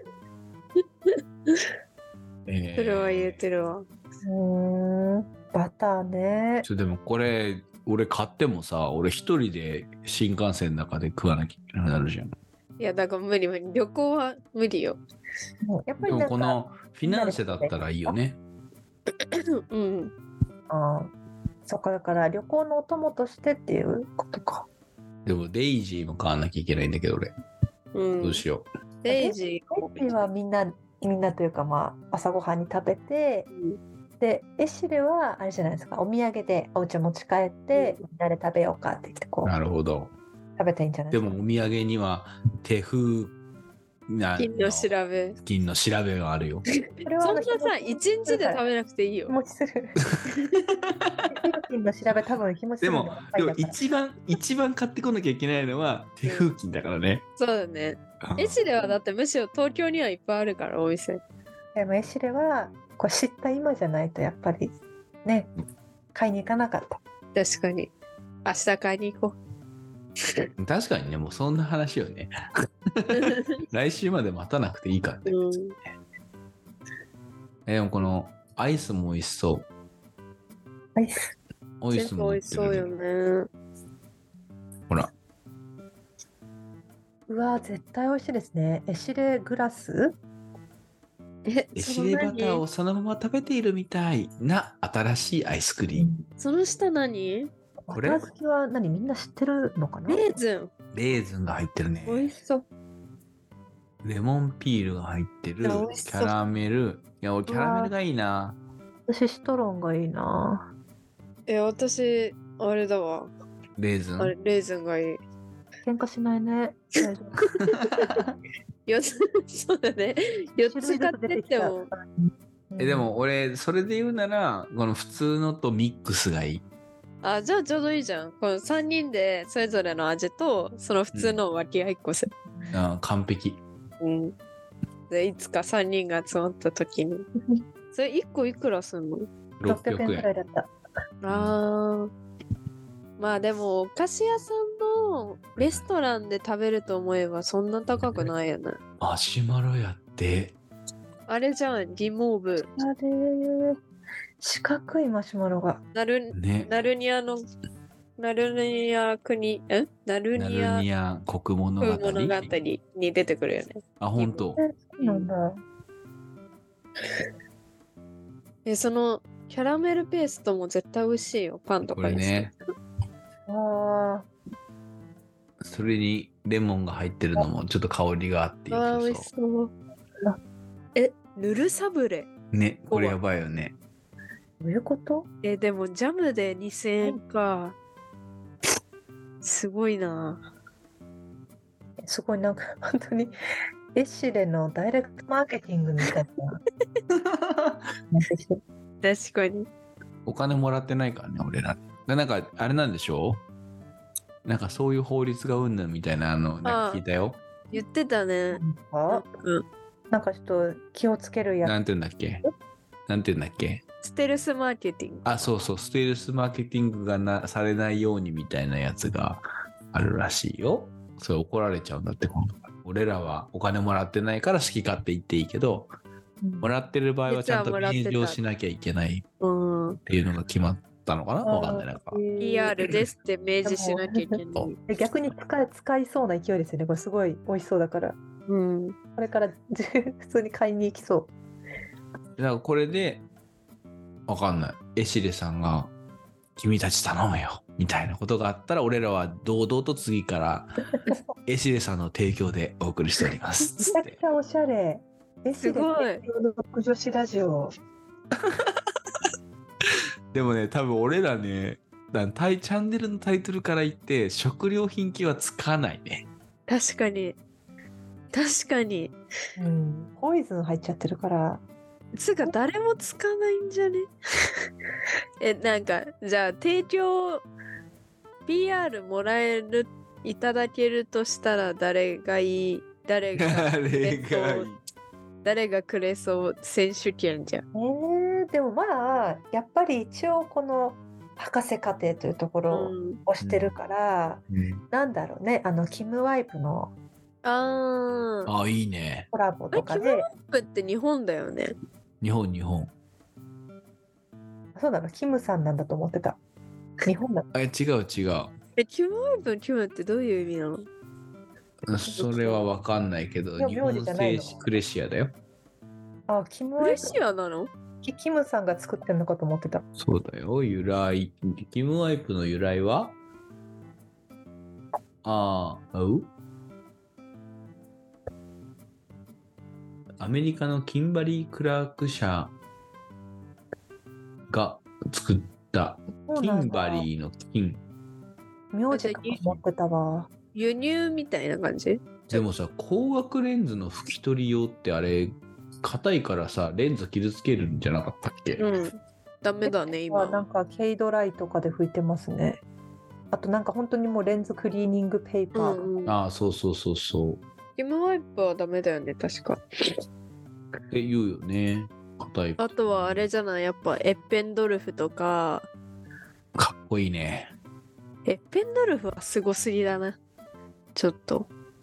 えー、それは言えてるわ。 うーん、バターね。 ちょでもこれ俺買ってもさ、俺一人で新幹線の中で食わなきゃいけなくなるじゃん。 いやだから無理無理。旅行は無理よ。 やっぱりでもこのフィナンシェだったらいいよね。 うん。 ああ、そっかだから旅行のお供としてっていうことか。 でもデイジーも買わなきゃいけないんだけど俺。うん、どうしよう。 デイジー。 デイジーはみんなみんなというかまあ朝ごはんに食べて、 で、エシレはあれじゃないですか、お土産でお家持ち帰って、みんなで食べようかって言って、こう、 なるほど。 食べたらいいんじゃないでか。 ですもお土産には手風な金の調べ。 金の調べがあるよ。 これはあのそんなさ、一日で食べなくていい日よ。 持ちする。フィリピンの調べ多分日持ちすでもるのがでもだから一番一番買ってこなきゃいけないのは手風金だからね。 そうだね。エシレはだってむしろ東京にはいっぱいあるから、お店。 でもエシレはこう知った今じゃないとやっぱりね、買いに行かなかった。 確かに。明日買いに行こ確かにね、もうそんな話よね。来週まで待たなくていいからね。 う。うん、 えでもこのアイスも美味しそう。 アイス。 アイスも売っ全部美味してそうよる。 ね。 ほら。 うわー絶対美味しいですね。エシレグラス。 え、 エそのシレバター何をそのまま食べているみたいな新しいアイスクリーム。 その下何これバター好きは何みんな知ってるのかな？ レーズン。 レーズンが入ってるね。 美味しそう。 レモンピールが入ってる。 いやキ美味しそうャラメル。いや、俺キャラメルがいいな。 私シトロンがいいな。 え、私、あれだわ。 レーズン。 あれ、レーズンがいい。 喧嘩しないね。大丈夫よつ、そうだね。よつ買ってっても。 えでも俺それで言うならこの普通のとミックスがいい。 あ、じゃあちょうどいいじゃん。このさんにんでそれぞれの味と、その普通の分け合いっこする。 あ完璧。 うん。で、いつかさんにんが集まった時に。それいっこいくらすんのろっぴゃくろっぴゃくえんくらえん。 いだった。 あー。まあでも、お菓子屋さんのレストランで食べると思えばそんな高くないよね。 マシュマロやって。 あれじゃん、ギモーブ。 あれー四角いマシュマロが。 ナル、 ね。 ナルニアの、ナルニア国、んナルナニアルニア国物語。 物語に出てくるよね。 あ、本当。 え、そうなんだ。 で、その、キャラメルペーストも絶対美味しいよ、パンとこかにして。 れね。 あそれにレモンが入ってるのもちょっと香りがあってああ、 よ美味しそそうあ。 え、ヌルサブレ。 う。ね、これやばいよね。 どういうこと？ え、でもジャムでにせんえんか。すごいな。 すごいなんか本当にエシレのダイレクトマーケティングみたいな。なんてしてる確かに。 お金もらってないからね、俺ら。でなんか、あれなんでしょうなんかそういう法律がうんぬんみたいなの、なんか聞いたよ。 言ってたね。 あうん。 なんかちょっと気をつけるやつ。 なんて言うんだっけなんて言うんだっけステルスマーケティング。 あ、そうそう、ステルスマーケティングがなされないようにみたいなやつがあるらしいよ。それ怒られちゃうんだって、今度から。俺らはお金もらってないから好き勝手言っていいけど、 うんもらってる場合はちゃんと実はもらってた便乗しなきゃいけないうん。 っていうのが決まったのかなわかんない。なんか。 えーピーアール ですって明示しなきゃいけない。 え逆に使い使いそうな勢いですよね。これすごい美味しそうだから。 うん。 これから普通に買いに行きそう。 だからこれで、わかんない。エシレさんが、君たち頼むよみたいなことがあったら、俺らは堂々と次から、エシレさんの提供でお送りしております。 めつってちゃくちゃおしゃれ。エシレすごい提供の極女子ラジオ。 でもね、多分俺らね、だタイチャンネルのタイトルから言って、食料品系はつかないね。 確かに。確かに。 うん。ポイズン入っちゃってるから。 つうか誰もつかないんじゃねえ、なんか、じゃあ提供 ピーアール もらえる、いただけるとしたら誰がいい誰が誰がいい。 誰がくれそう選手権じゃん。 えー、でもまあやっぱり一応この博士課程というところうん、 をしてるから、 うんなんだろうねあのキムワイプのあー。 あ、いいね。 コラボとかキムで、 ワイプって日本だよね。 日本、日本。 そうなのキムさんなんだと思ってた。日本だ。 あ、違う違う。 え、キムワイプのキムってどういう意味なの？ それはわかんないけど、 いや名日本字じゃないの製クレシアだよ。 あ、キムワイプクレシアなの？ キキムさんが作ってるのかと思ってた。 そうだよ。由来。キムワイプの由来はああ、うアメリカのキンバリー・クラーク社が作ったキンバリーの金。 名字かと思ってたわ。 輸入みたいな感じ？ でもさ、光学レンズの拭き取り用ってあれ硬いからさ、レンズ傷つけるんじゃなかったっけ？ うん。ダメだね今。 なんかケイドライとかで拭いてますね。あとなんか本当にもうレンズクリーニングペーパー。 うんうん、 ああ、そうそうそうそう。 ゲームワイプはダメだよね確か。 って言うよね。硬い。 あとはあれじゃない、やっぱエッペンドルフとか。 かっこいいね。 エッペンドルフはすごすぎだな。ちょっと。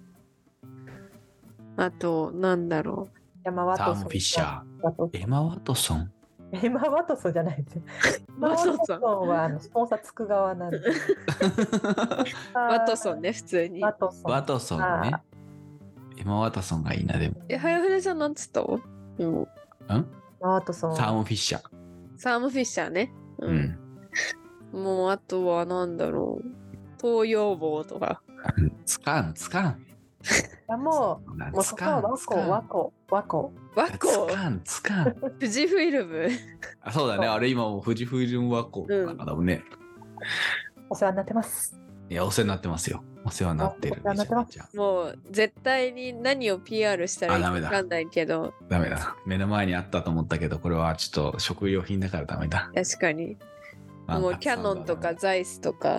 あとなんだろう。 山ワトソン。 サーモンフィッシャー。エマ・ワトソン。 エマ・ワトソンじゃないですよ。 ワトソンワトソンはあのスポンサーつく側なんで。 ワトソンね普通に。 ワトソン。 ワトソンね。エマ・ワトソンがいいなでも。 え、はやふれさんなんつったの？うん。 ん？ ワトソン。 サーモンフィッシャー。 サーモンフィッシャーね。 うん。 うん、もうあとはなんだろう。東洋棒とか。 つかんつかん。 いやもう、もうそこは和光、和光、和光。 和光。 つかんつかん。 富士フイルム。 あ、そうだね。あれ今もう富士フイルム和光なんかだもんね、 うん。お世話になってます。 いや、お世話になってますよ。お世話になってる。 お世話になってます。 もう絶対に何を ピーアール したらいいか分かんないけど。 ダメだ。目の前にあったと思ったけど、これはちょっと食料品だからダメだ。 確かに。もうキャノンとかザイスとか、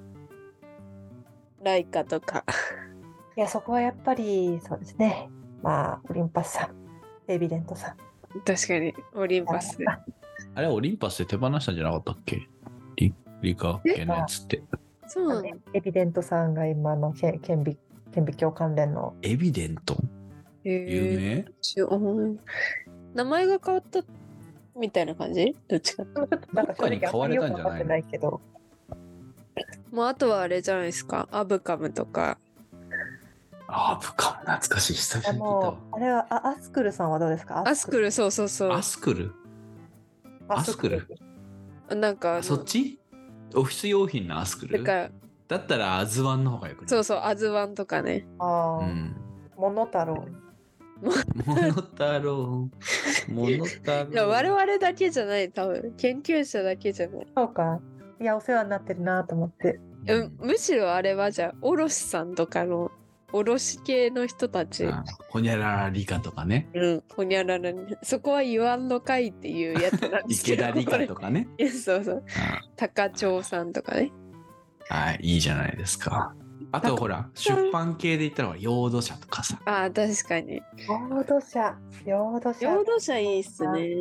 ライカとか。 いや、そこはやっぱりそうですね。まあ、オリンパスさん、エビデントさん。 確かに、オリンパス。 あれ、オリンパスで手放したんじゃなかったっけ？リリカ系のやつって。 そうなの？ エビデントさんが今の顕微顕微鏡関連の。 エビデント？ えー、 有名？名前が変わったみたいな感じ？どっちかって。 ちょっとなんか正直あんまりよく分かってないけど。 もうあとはあれじゃないですか。アブカムとか。 アブカム懐かしい。久々に聞いたわ。 あれはあアスクルさんはどうですか？ アスクル、そうそうそう。 アスクル？アスクル？ なんかそっち？オフィス用品のアスクル？だ, だったらアズワンの方がよくない？ そうそう、アズワンとかね。 ああ、うん、モノタロウ。 モノタロウ。モノタロウ。 いや、我々だけじゃない、多分。研究者だけじゃない。 そうか。いや、お世話になってるなと思って。 うん、むしろあれはじゃあ、卸さんとかの、卸系の人たち。 ほにゃらら理科とかね。 うん、ほにゃらら、そこは言わんのかいっていうやつなんですけど。 池田理科とかね。 そうそう。高長さんとかね。 はい、いいじゃないですか。あとほら、出版系で言ったらヨード社とかさ。 ああ、確かに。 ヨード社、ヨード社。 ヨード社いいっすね。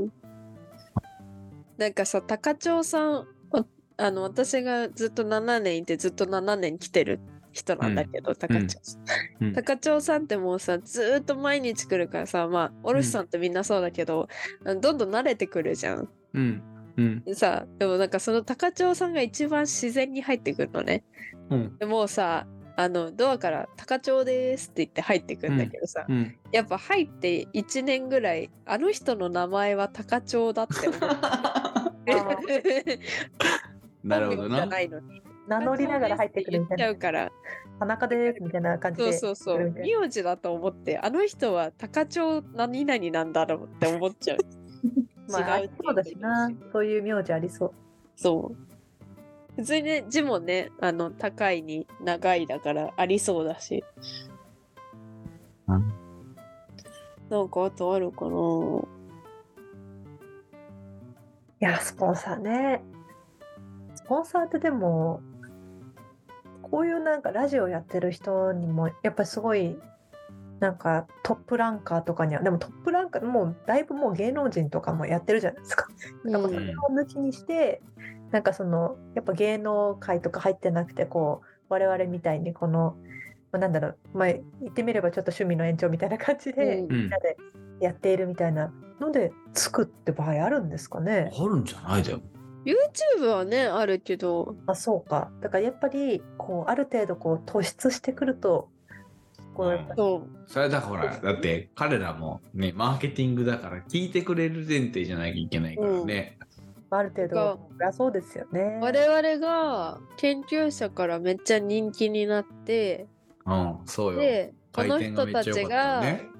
なんかさ、高長さん、あの、私がずっとななねんいてずっとななねん来てる人なんだけど、うん、高長さん、うん。高長さんってもうさ、ずっと毎日来るからさ、まあ、卸さんってみんなそうだけど、うん、どんどん慣れてくるじゃん。 うんうん、 さでもなんかその高長さんが一番自然に入ってくるのね、うん、でもうさあのドアから「高長です」って言って入ってくるんだけどさ、うんうん、やっぱ入っていちねんぐらいあの人の名前は高長だって思ってなるほどな。 名乗りながら入ってくるみたいな。 から田中ですみたいな感じで。 そうそうそう。名字だと思ってあの人は高長何々なんだろうって思っちゃう。 まあ、ありそうだしな、そういう名字ありそう。 そう普通にね字もねあの高いに長いだからありそうだし、うん、なんかあとあるかな。 いやスポンサーね。スポンサーってでもこういうなんかラジオやってる人にもやっぱりすごいなんかトップランカーとかにはでもトップランカーもうだいぶもう芸能人とかもやってるじゃないですか。なんかそれを抜きにして、うん、なんかそのやっぱ芸能界とか入ってなくてこう我々みたいにこの、まあ、なんだろうまあ言ってみればちょっと趣味の延長みたいな感じで、うん、みんなでやっているみたいなのでつくって場合あるんですかね。 あるんじゃないだよ。 YouTube はねあるけど。 あそうか。だからやっぱりこうある程度こう突出してくると。 うん、そうそれだからほらだって彼らもねマーケティングだから聞いてくれる前提じゃなきゃいけないからね、 うん、ある程度がそうですよね。 我々が研究者からめっちゃ人気になって、 うんそうよ。 でこの人たちが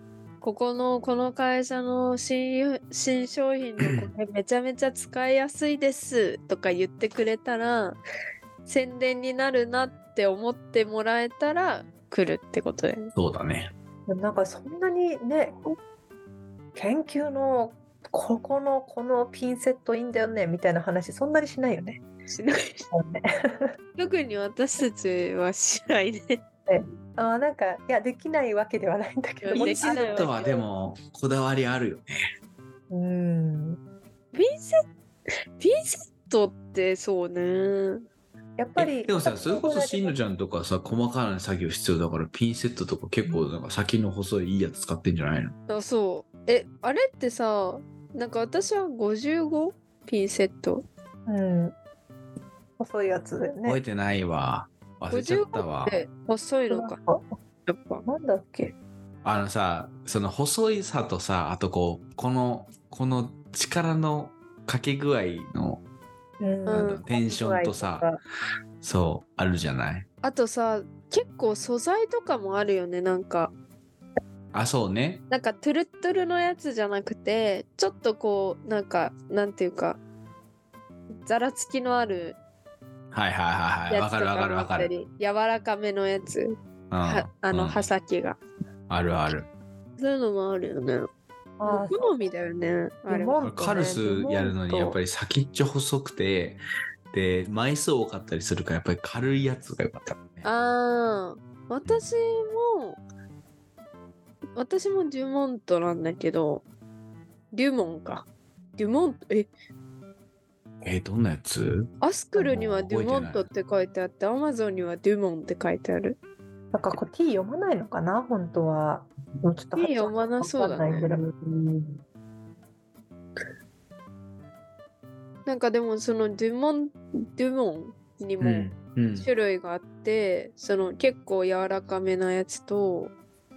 ここのこの会社の新新商品のこれめちゃめちゃ使いやすいですとか言ってくれたら宣伝になるなって思ってもらえたら来るってことだよね。 そうだね。 なんかそんなにね、研究のここのこのピンセットいいんだよねみたいな話そんなにしないよね。 しないそうね特に私たちはしないね。 あーなんかいやできないわけではないんだけど、 いやできないわけピンセットはでもこだわりあるよね。 うんピンセピンセットってそうね。 やっぱりえでもさ、それこそしんのちゃんとかさ、細かな作業必要だからピンセットとか結構なんか先の細いいいやつ使ってんじゃないの？ あ、そうえあれってさなんか私はごじゅうごピンセットうん細いやつだよね。 覚えてないわ。忘れちゃったわ。 で細いのかやっぱ。 なんだっけ。 あのさ、その細いさとさ、あとこう、この、この力のかけ具合の、 うんあのテンションとさ、そう、あるじゃない。 あとさ結構素材とかもあるよね。なんかあ、そうね。 なんかトゥルットゥルのやつじゃなくてちょっとこうなんかなんていうかざらつきのあるはいはいはいはい。 やつとわかるわかかもあったるわかる。 り柔らかめのやつ、 うんはあのうん刃先が、 あるある。 そういうのもあるよね。 あー好みだよねあれは。 レモンとねカルスやるのにやっぱりり先っちょ細くて、で、枚数多かったりするからやっぱり軽いやつがよかったね。 ああ私も私もデュモントなんだけどデュモンかデュモントええーどんなやつ？ アスクルにはデュモントっ覚て書いてあってアマゾンにはデュモンって書いてある。 なんかこう T 読まないのかな本当は。もうちょっと T 読まなそうだねわかんないけどうんなんかでもそのデュモンデュモンにもうんうん種類があって、その結構柔らかめなやつと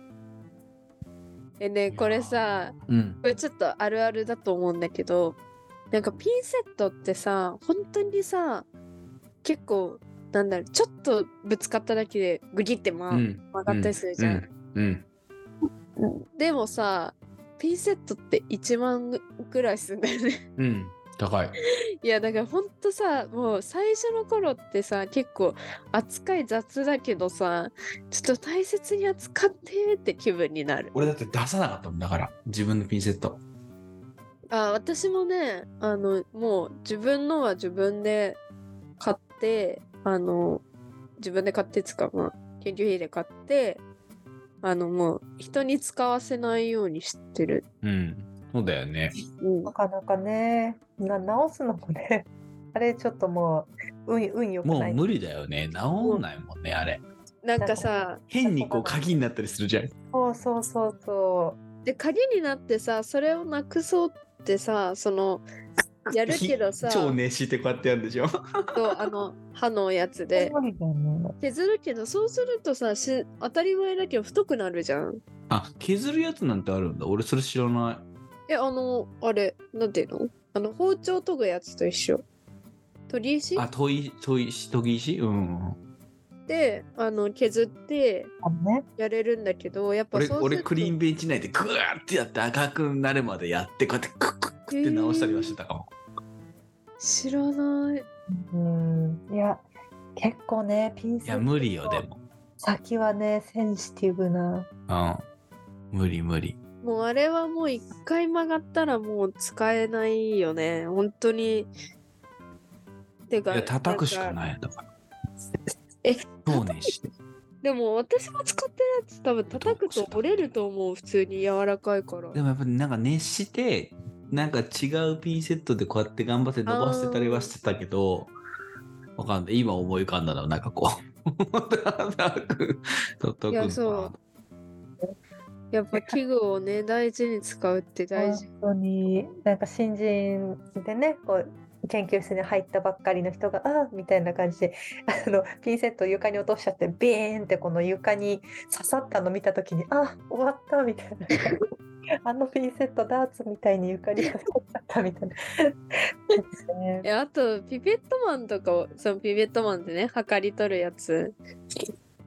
えねこれさうんこれちょっとあるあるだと思うんだけどなんかピンセットってさ本当にさ結構なんだろうちょっとぶつかっただけでグギって、まうん曲がったりするじゃん、 うんでもさピンセットっていちまんぐらいするんだよねうんうん高い。 いやだからほんとさもう最初の頃ってさ結構扱い雑だけどさちょっと大切に扱ってって気分になる。 俺だって出さなかったもんだから自分のピンセット。 あ私もねあのもう自分のは自分で買ってあの自分で買って使う、まあ、研究費で買ってあのもう人に使わせないようにしてる。 うんそうだよね。 うんなかなかねな直すのもねあれちょっともう運運良くない。 もう無理だよね。治んないもんねあれ。 なんかさ変にこう鍵になったりするじゃん。 そうそうそうそで鍵になってさそれをなくそうってさそのやるけどさ超熱してこうやってやるんでしょ。 そうあの刃のやつう。 で無理だよね。 削るけどそうするとさし当たり前だけど太くなるじゃん。 あ削るやつなんてあるんだ。俺それ知らない。 えあのあれなんていうのあの包丁研ぐやつと一緒。研ぎ石あ研い研い研ぎ石うんであの削ってあのねやれるんだけどやっぱ俺そうすると俺クリーンベンチ内でグワーってやって赤くなるまでやってこうやってクックックって直したりはしてたかも。 知らない。 うんいや結構ねピンいセットや無理よでも。 先はねセンシティブな。 うん無理無理。 もうあれはもう一回曲がったらもう使えないよね本当に。てかいや叩くしかんないだから。 えそうねして。 でも私も使ってるやつ多分叩くと折れると思う普通に柔らかいから。 でもやっぱりなんか熱してなんか違うピンセットでこうやって頑張って伸ばしてたりはしてたけどわかんない今思い浮かんだのなんかこう叩く叩くいのかやそうやっぱ器具をね大事に使うって大事。 本当になんか新人でねこう研究室に入ったばっかりの人があーみたいな感じであのピンセットを床に落としちゃってビーンってこの床に刺さったの見た時にあ終わったみたいなあのピンセットダーツみたいに床に刺さっちゃったみたいなねえあとピペットマンとかをそのピペットマンでね測り取るやつ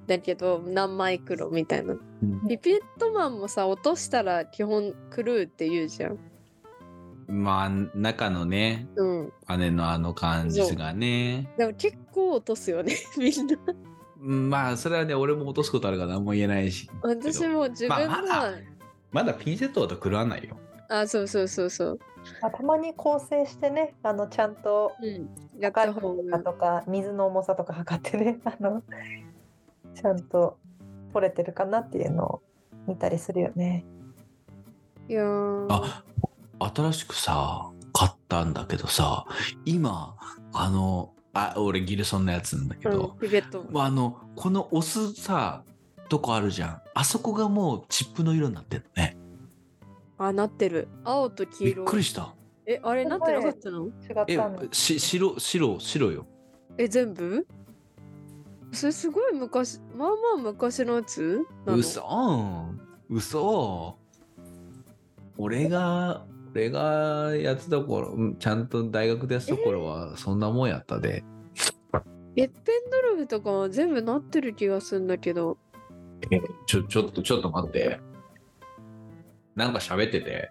だけど何マイクロみたいな。 うんピペットマンもさ落としたら基本狂うって言うじゃん。 まあ中のねうん。 羽のあの感じがね、 でも結構落とすよねみんな。 うんまあそれはね俺も落とすことあるから何も言えないし、 私も自分のは、 まあまだまだ ピンセットだと狂わないよ。 あ、そうそうそうそう。 まあ、たまに構成してね、あのちゃんとうん。やった測方が。 るとか水の重さとか測ってね、あのちゃんと取れてるかなっていうのを見たりするよね。 いやー。 あ、新しくさ買ったんだけどさ、今あのあ俺ギルソンのやつなんだけど、 うん、ピペットマン。 まあ、あのこの押すさとこあるじゃん、あそこがもうチップの色になってるね。 あ、なってる。青と黄びっ色。 くりした。 え、あれなってなかったの？ 違っえたんだ。 し白白白よ。 え、全部？それすごい昔、まあまあ昔のやつなの？ うそうそ俺が俺がやってた頃、うんちゃんと大学でやってた頃はそんなもんやったで。 エッペンドルフとかは全部なってる気がするんだけど。 えちょちょっとちょっと待って、なんか喋ってて。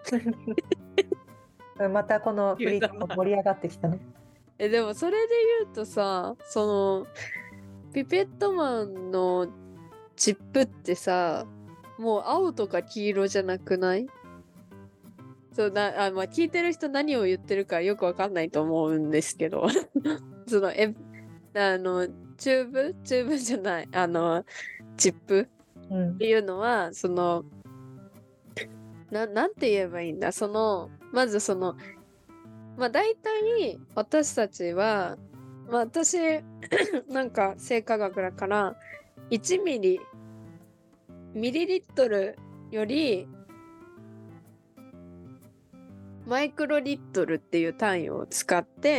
またこのフリート盛り上がってきたね。 え、でもそれで言うとさ、そのピペットマンのチップってさ、もう青とか黄色じゃなくない？そうなあ、まあ、聞いてる人何を言ってるかよくわかんないと思うんですけどそのえあのチューブチューブじゃないあのチップうんっていうのはそのななんて言えばいいんだ、そのまずそのまあ大体私たちはまあ私なんか生化学だからいちミリミリリットルよりマイクロリットルっていう単位を使って、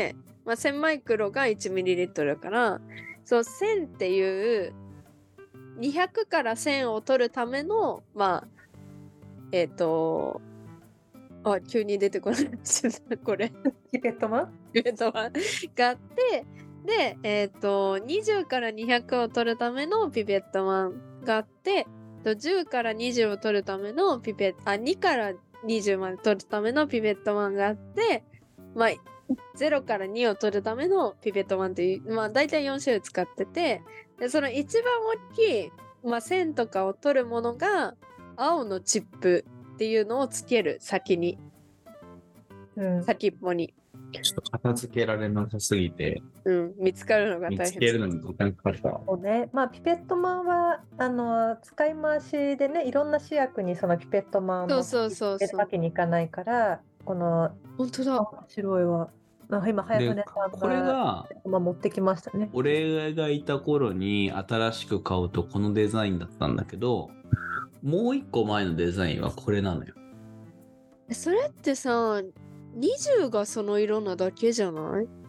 まあ、せんマイクロがいちミリリットルだからそうせんっていうにひゃくからせんを取るためのまあえっ、ー、とあ急に出てこないこれピペットマンピペットマンがあってでえっ、ー、とにじゅうからにひゃくを取るためのピペットマンがあってじゅうからにじゅうを取るためのピペットあにからにじゅうまで取るためのピペットマンがあってまあゼロからにを取るためのピペットマンっていうまあ大体よん種類使っててでその一番大きい、まあ、線とかを取るものが青のチップっていうのをつける先に、 うん、 先っぽにちょっと片付けられなさすぎて、 うん、見つかるのが大変見つけるのに時間かかったわ。 そうね、まあピペットマンはあの使い回しでねいろんな試薬にそのピペットマンをそうそうそうそう入れるわけにいかないからこの本当だ面白いわ。なんか今早船さんがこれがまあ持ってきましたね。 俺がいた頃に新しく買うとこのデザインだったんだけど、もう一個前のデザインはこれなのよ。 それってさにじゅうがその色なだけじゃない？ ん、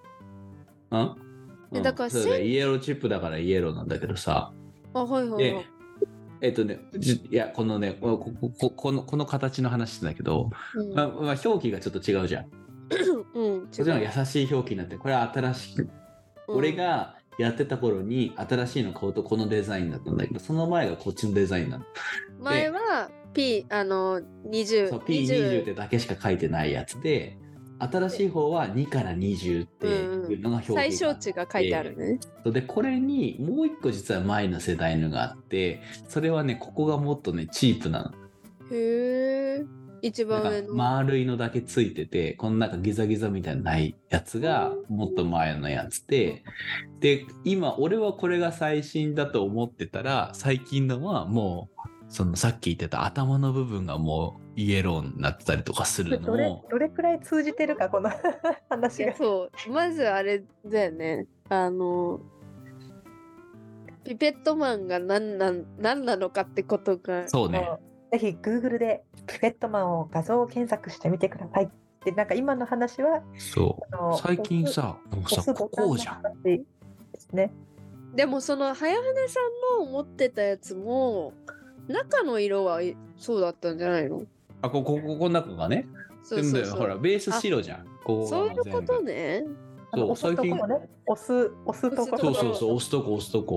えだからうん、そうだイエローチップだからイエローなんだけどさ。 あはいはいはい。 えっとね、いやこのねこここのこの形の話なんだけど、 うんまあまあ、表記がちょっと違うじゃん。 うん、 こっちの優しい表記になって、これは新しく、うん、俺がやってた頃に新しいの買うとこのデザインだったんだけど、その前がこっちのデザインなの。 前は P あのにじゅう。 そう ピーにじゅう ってだけしか書いてないやつで、新しい方はにからにじゅうっていうのが表記があって、 最小値が書いてあるね。 でこれにもう一個実は前の世代のがあって、それはねここがもっとねチープなの。 へえ。一番上の丸いのだけついてて、このなんかギザギザみたいなないやつがもっと前のやつで、で今俺はこれが最新だと思ってたら、最近のはもうそのさっき言ってた頭の部分がもうイエローになってたりとかするのをどれどれくらい通じてるかこの話が。 そうまずあれだよね、あのピペットマンが何なん何なのかってことが。 そうね。 ぜひ Google でピペットマンを画像検索してみてください。でなんか今の話はそう最近さもうさここじゃん。 ですね。 でもその早船さんの持ってたやつも中の色はそうだったんじゃないの？ あここここの中がね。 そうそうそうでもほらベース白じゃん。 こうそういうことね。 そう最近押すとこね押す押すとこ。 そうそうそう押すとこ押すとこ。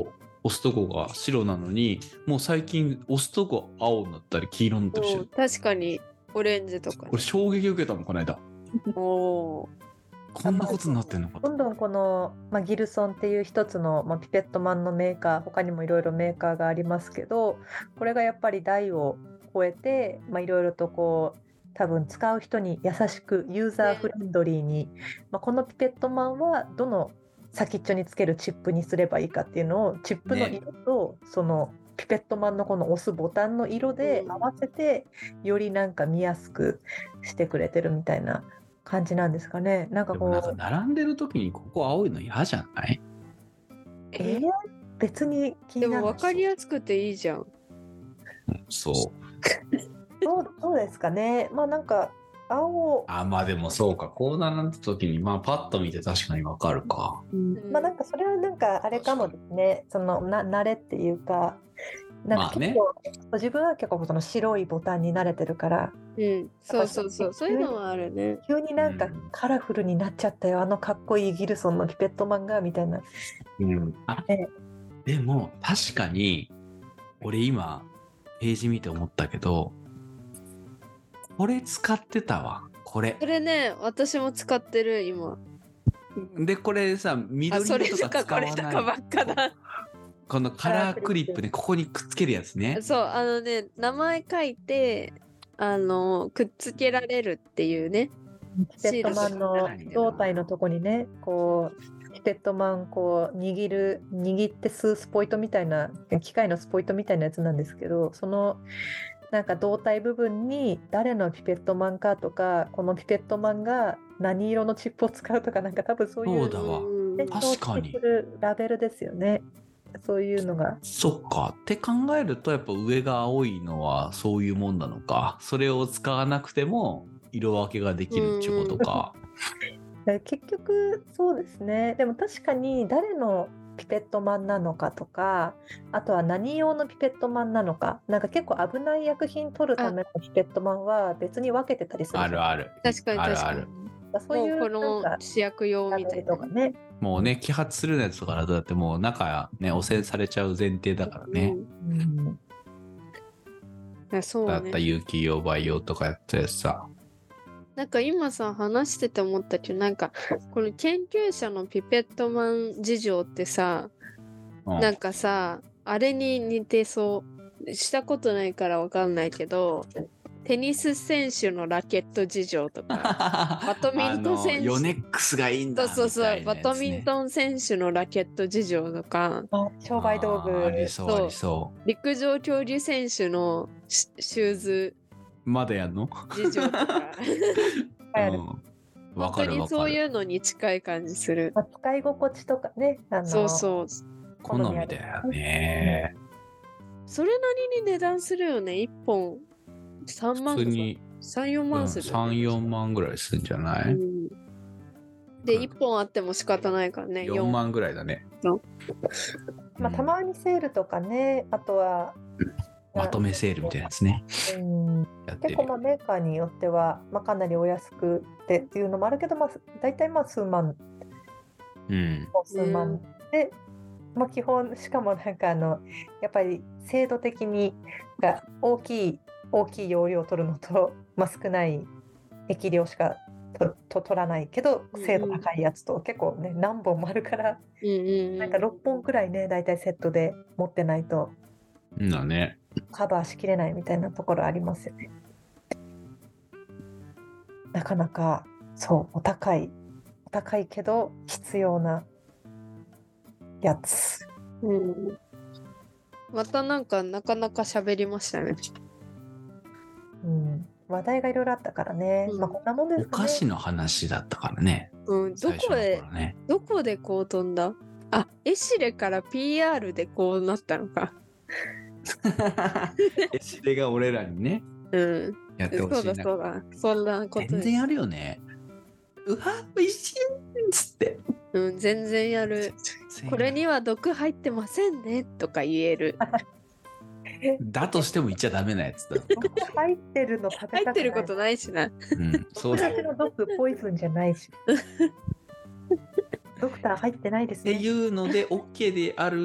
押すとこが白なのに、もう最近押すとこ青になったり黄色になったりしておる。 確かにオレンジとか、ね。 これ衝撃受けたもんこの間。 おーこんなことになってんのかと。 どんどんこの、まあ、ギルソンっていう一つの、まあ、ピペットマンのメーカー、他にもいろいろメーカーがありますけど、これがやっぱり代を超えて、まあ、いろいろとこう多分使う人に優しくユーザーフレンドリーに、まあ、このピペットマンはどの先っちょにつけるチップにすればいいかっていうのをチップの色とそのピペットマンのこの押すボタンの色で合わせてよりなんか見やすくしてくれてるみたいな感じなんですかね。なんかでもなんかこう並んでる時にここ青いの嫌じゃない？ えー、別に気でになる。 も分かりやすくていいじゃん。 そう。 そうそうですかね。まあなんか青、 あ、まあでもそうか。こう並んだ時に、まあパッと見て確かにわかるか。 まあなんかそれはなんかあれかもですね。そのな慣れっていうか、なんか結構、自分は結構その白いボタンに慣れてるから、 うん、そうそうそうそういうのはあるね。 急になんかうんカラフルになっちゃったよ、あのかっこいいギルソンのピペットマンがみたいな。 うん。あえでも確かに俺今ページ見て思ったけど、これ使ってたわ。これそれね、私も使ってる今。 でこれさあ、 緑それ色とかとか使わないこれとかばっかだ。 このカラークリップでここにくっつけるやつね。 そう、あのね、名前書いて、あの、くっつけられるっていうね。 ピペットマンの胴体のとこにね、こうピペットマンこう握る握って吸うスポイトみたいな、機械のスポイトみたいなやつなんですけど、そのなんか胴体部分に誰のピペットマンかとか、このピペットマンが何色のチップを使うとか、なんか多分そういうそうだわ。 うん検証してくるラベルですよね。そういうのが。 そっかって考えるとやっぱ上が青いのはそういうもんなのか。それを使わなくても色分けができるっていうことか。 結局そうですね。でも確かに誰のピペットマンなのかとか、あとは何用のピペットマンなのか、なんか結構危ない薬品取るためのピペットマンは別に分けてたりする。 あるある。 確かに確かに。 あるある。 そういうもうこのなんか試薬用みたいなとか。ね。 もうね揮発するやつとかだとだってもう中ね汚染されちゃう前提だからね。 うんいやそうだったね。 有機用培養とかやったやつさ。 なんか今さ話してて思ったけど、なんかこの研究者のピペットマン事情ってさ、 うんなんかさあれに似てそうしたことないからわかんないけど、テニス選手のラケット事情とかバドミントン選手あのヨネックスがいいんだそうそうそう、バみたいなやつねドミントン選手のラケット事情とか、 あ商売道具。 あーありそうそうありそう。 陸上競技選手のシシューズまだやんの？ 事情とかあるうん。わ本かるわか当にそういる。 うのに近い感じする。 まあ使い心地とかね。あのそうそう。 好みだよね。 それなりに値段するよね。いっぽんさんまん普通にさん、よんまんする、ね。 さん、よんまんぐらいするんじゃない？ うんで、いっぽんあっても仕方ないからね。 よんまんぐらいだね。 まあ、たまにセールとかね、あとはまとめセールみたいなやつね。 うんやってる結構まあメーカーによっては、まあ、かなりお安くてっていうのもあるけど、まあ、大体まあ数万うん。 数万で、まあ、基本しかもなんかあのやっぱり精度的にが大きい大きい容量を取るのと、まあ、少ない液量しかとと取らないけど精度高いやつと結構ね何本もあるから、 うんうんうん、 なんかろっぽんくらいね大体セットで持ってないとだね。 カバーしきれないみたいなところありますよね。なかなかそうお高いお高いけど必要なやつ。 うん。またなんかなかなか喋りましたね。 うん、話題がいろいろあったからね、 うんまあこんなもんですおかね。 菓子の話だったからね。 うん。ど最初のこで、 頃ね。 どこでこう飛んだ？あ、エシレから ピーアール でこうなったのか。 エシレが俺らにね、 うん。 やってほしいな。 そうだそうだ。そんなことです。 全然やるよね。うわ、美味しいっつって。 うん、全然やる。これには毒入ってませんねとか言える。 だとしても言っちゃダメなやつだ。 入ってるの食べたくない。 入ってることないしな。 うん、そうだ。っ私の毒ポイズンじゃないし。ドクター入ってないですてね。 いうので OK である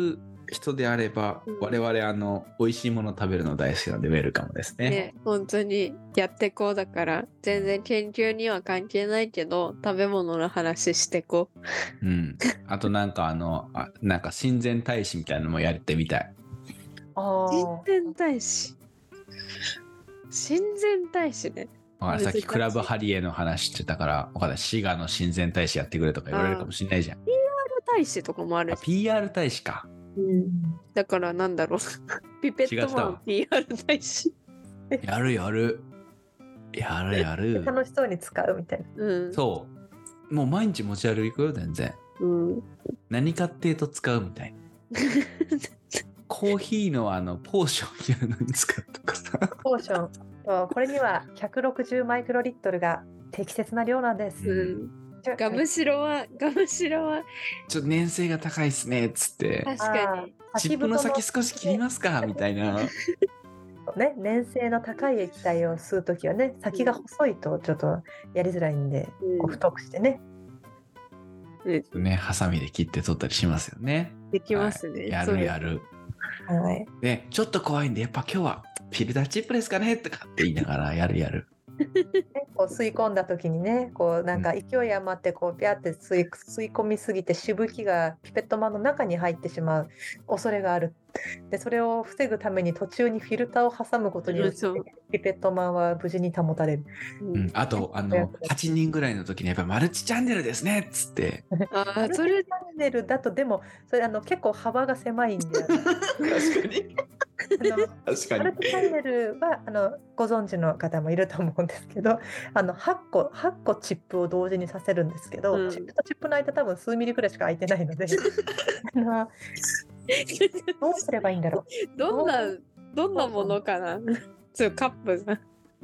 人であれば、 うん我々あの美味しいもの食べるの大好きなのでウェルカムですね。 ね、本当にやってこうだから全然研究には関係ないけど食べ物の話してこう。 うん。あとなんかあのあなんか親善大使みたいなのもやってみたい。 あ親善大使親善大使ね。 ほらさっき難しいクラブハリエの話してたからわかんない滋賀の親善大使やってくれとか言われるかもしれないじゃん。 大使とかもあるあ ピーアール 大使か。 うんだからなんだろうピペットマン ピーアール 大使。 やるやるやるやる。 楽しそうに使うみたいな。 うんそう。もう毎日持ち歩くよ全然。 うん何かっていうと使うみたいな。コーヒーのあのポーションやるのに使うとかさ。 ポーション。そうこれにはひゃくろくじゅうマイクロリットルが適切な量なんです。 うんガムシロはガムシロはちょっと粘性が高いっすねっつって。 確かにチップの先少し切りますかみたいな。 ね、粘性の高い液体を吸うときはね、先が細いとちょっとやりづらいんで、 うんこう太くしてね。 うんね、ハサミで切って取ったりしますよね。 できますね、 はいやそうるやる。 はい。 で、ちょっと怖いんで、やっぱ今日はフィルターチップですかねとかって言いながらやるやる。 ね、こう吸い込んだときにね、こうなんか勢い余ってこうビャーって吸い吸い込みすぎてしぶきがピペットマンの中に入ってしまう恐れがある。で、それを防ぐために途中にフィルターを挟むことによってそうピペットマンは無事に保たれる。 ううんん、あと、あの、はちにんぐらいの時にやっぱマルチチャンネルですねっつって。 あマルチチーそれャンネルだとでもそれあの結構幅が狭いんで。 確かに。 あの確かマルチチャンネルはあのご存知の方もいると思うんですけど、あのはっこはっこチップを同時にさせるんですけど、 うんチップとチップの間多分数ミリくらいしか空いてないのであのどうすればいいんだろう。 どんなどんなものかなそうカップが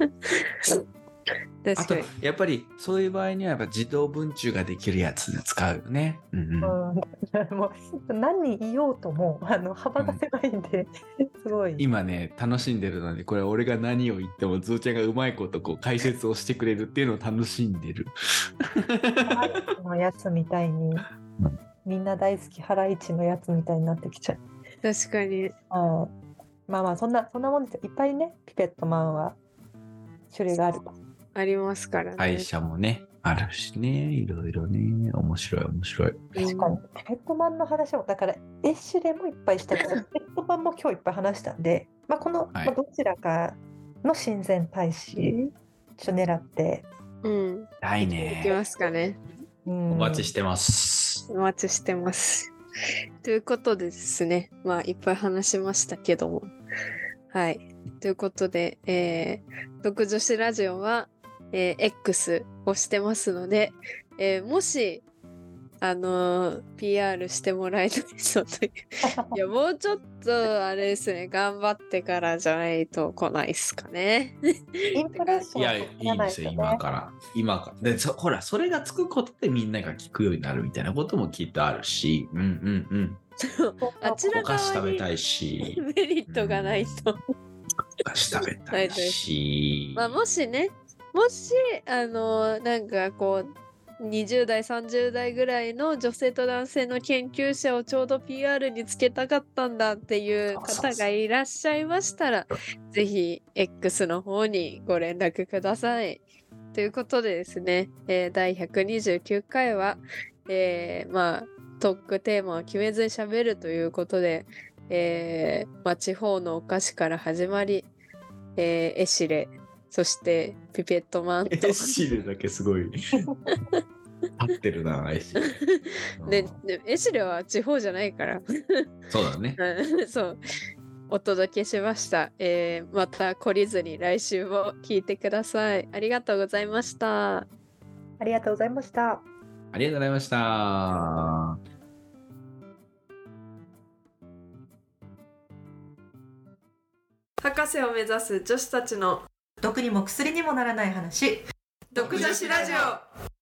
あと確かに、 やっぱりそういう場合にはやっぱ自動分注ができるやつ使うよね。うんうん。 うん、もう何人いようともあの幅が狭いんで、すごい。 今ね、楽しんでるので、これ俺が何を言っても、ズーちゃんがうまいことこう解説をしてくれるっていうのを楽しんでる。 ハライチのやつみたいに、みんな大好きハライチのやつみたいになってきちゃう。 確かにうん、まあまあそんなそんなもんですよ。いっぱいねピペットマンは種類があると。 ありますからね。 会社もね、あるしね、いろいろね、面白い面白い。 確かにピペットマンの話もだからエッシュレもいっぱいしたけどピペットマンも今日いっぱい話したんで、まあ、この、 はいまあ、どちらかの親善大使ちょっと狙って、 うん。 ないいきね。 ますかね。 うん、 お待ちしてます。 お待ちしてます。ということでですね、まあいっぱい話しましたけども。はい。ということで、えー、独女子ラジオは、えー X をしてますので、えーもし、あのー ピーアール してもらえたりそうという。いや、もうちょっと、あれですね、頑張ってからじゃないと来ないっすかね。 インプレッションいや、いいんですよ、今から。今から。で、そほら、それがつくことでみんなが聞くようになるみたいなこともきっとあるし、うんうんうん。 あちらお菓子食側にべたいし、 メリットがないと。 お菓子食べたいし。 まあ、もしね、もし、あの、なんかこう、にじゅう代、さんじゅう代ぐらいの女性と男性の研究者をちょうど ピーアール につけたかったんだっていう方がいらっしゃいましたら、ぜひ X の方にご連絡ください。ということでですね、えーだいひゃくにじゅうきゅうかいは、えーまあ、トークテーマを決めずに喋るということで、えーまあ、地方のお菓子から始まり、えーエシレ、そしてピペットマンとエシレだけすごい。立ってるな、エシレ。 ででエシレは地方じゃないからそうだね。 うんそうお届けしました、えーまた懲りずに来週も聞いてください。ありがとうございました。 ありがとうございました。 ありがとうございました。 博士を目指す女子たちの毒にも薬にもならない話。 独女子ラジオ。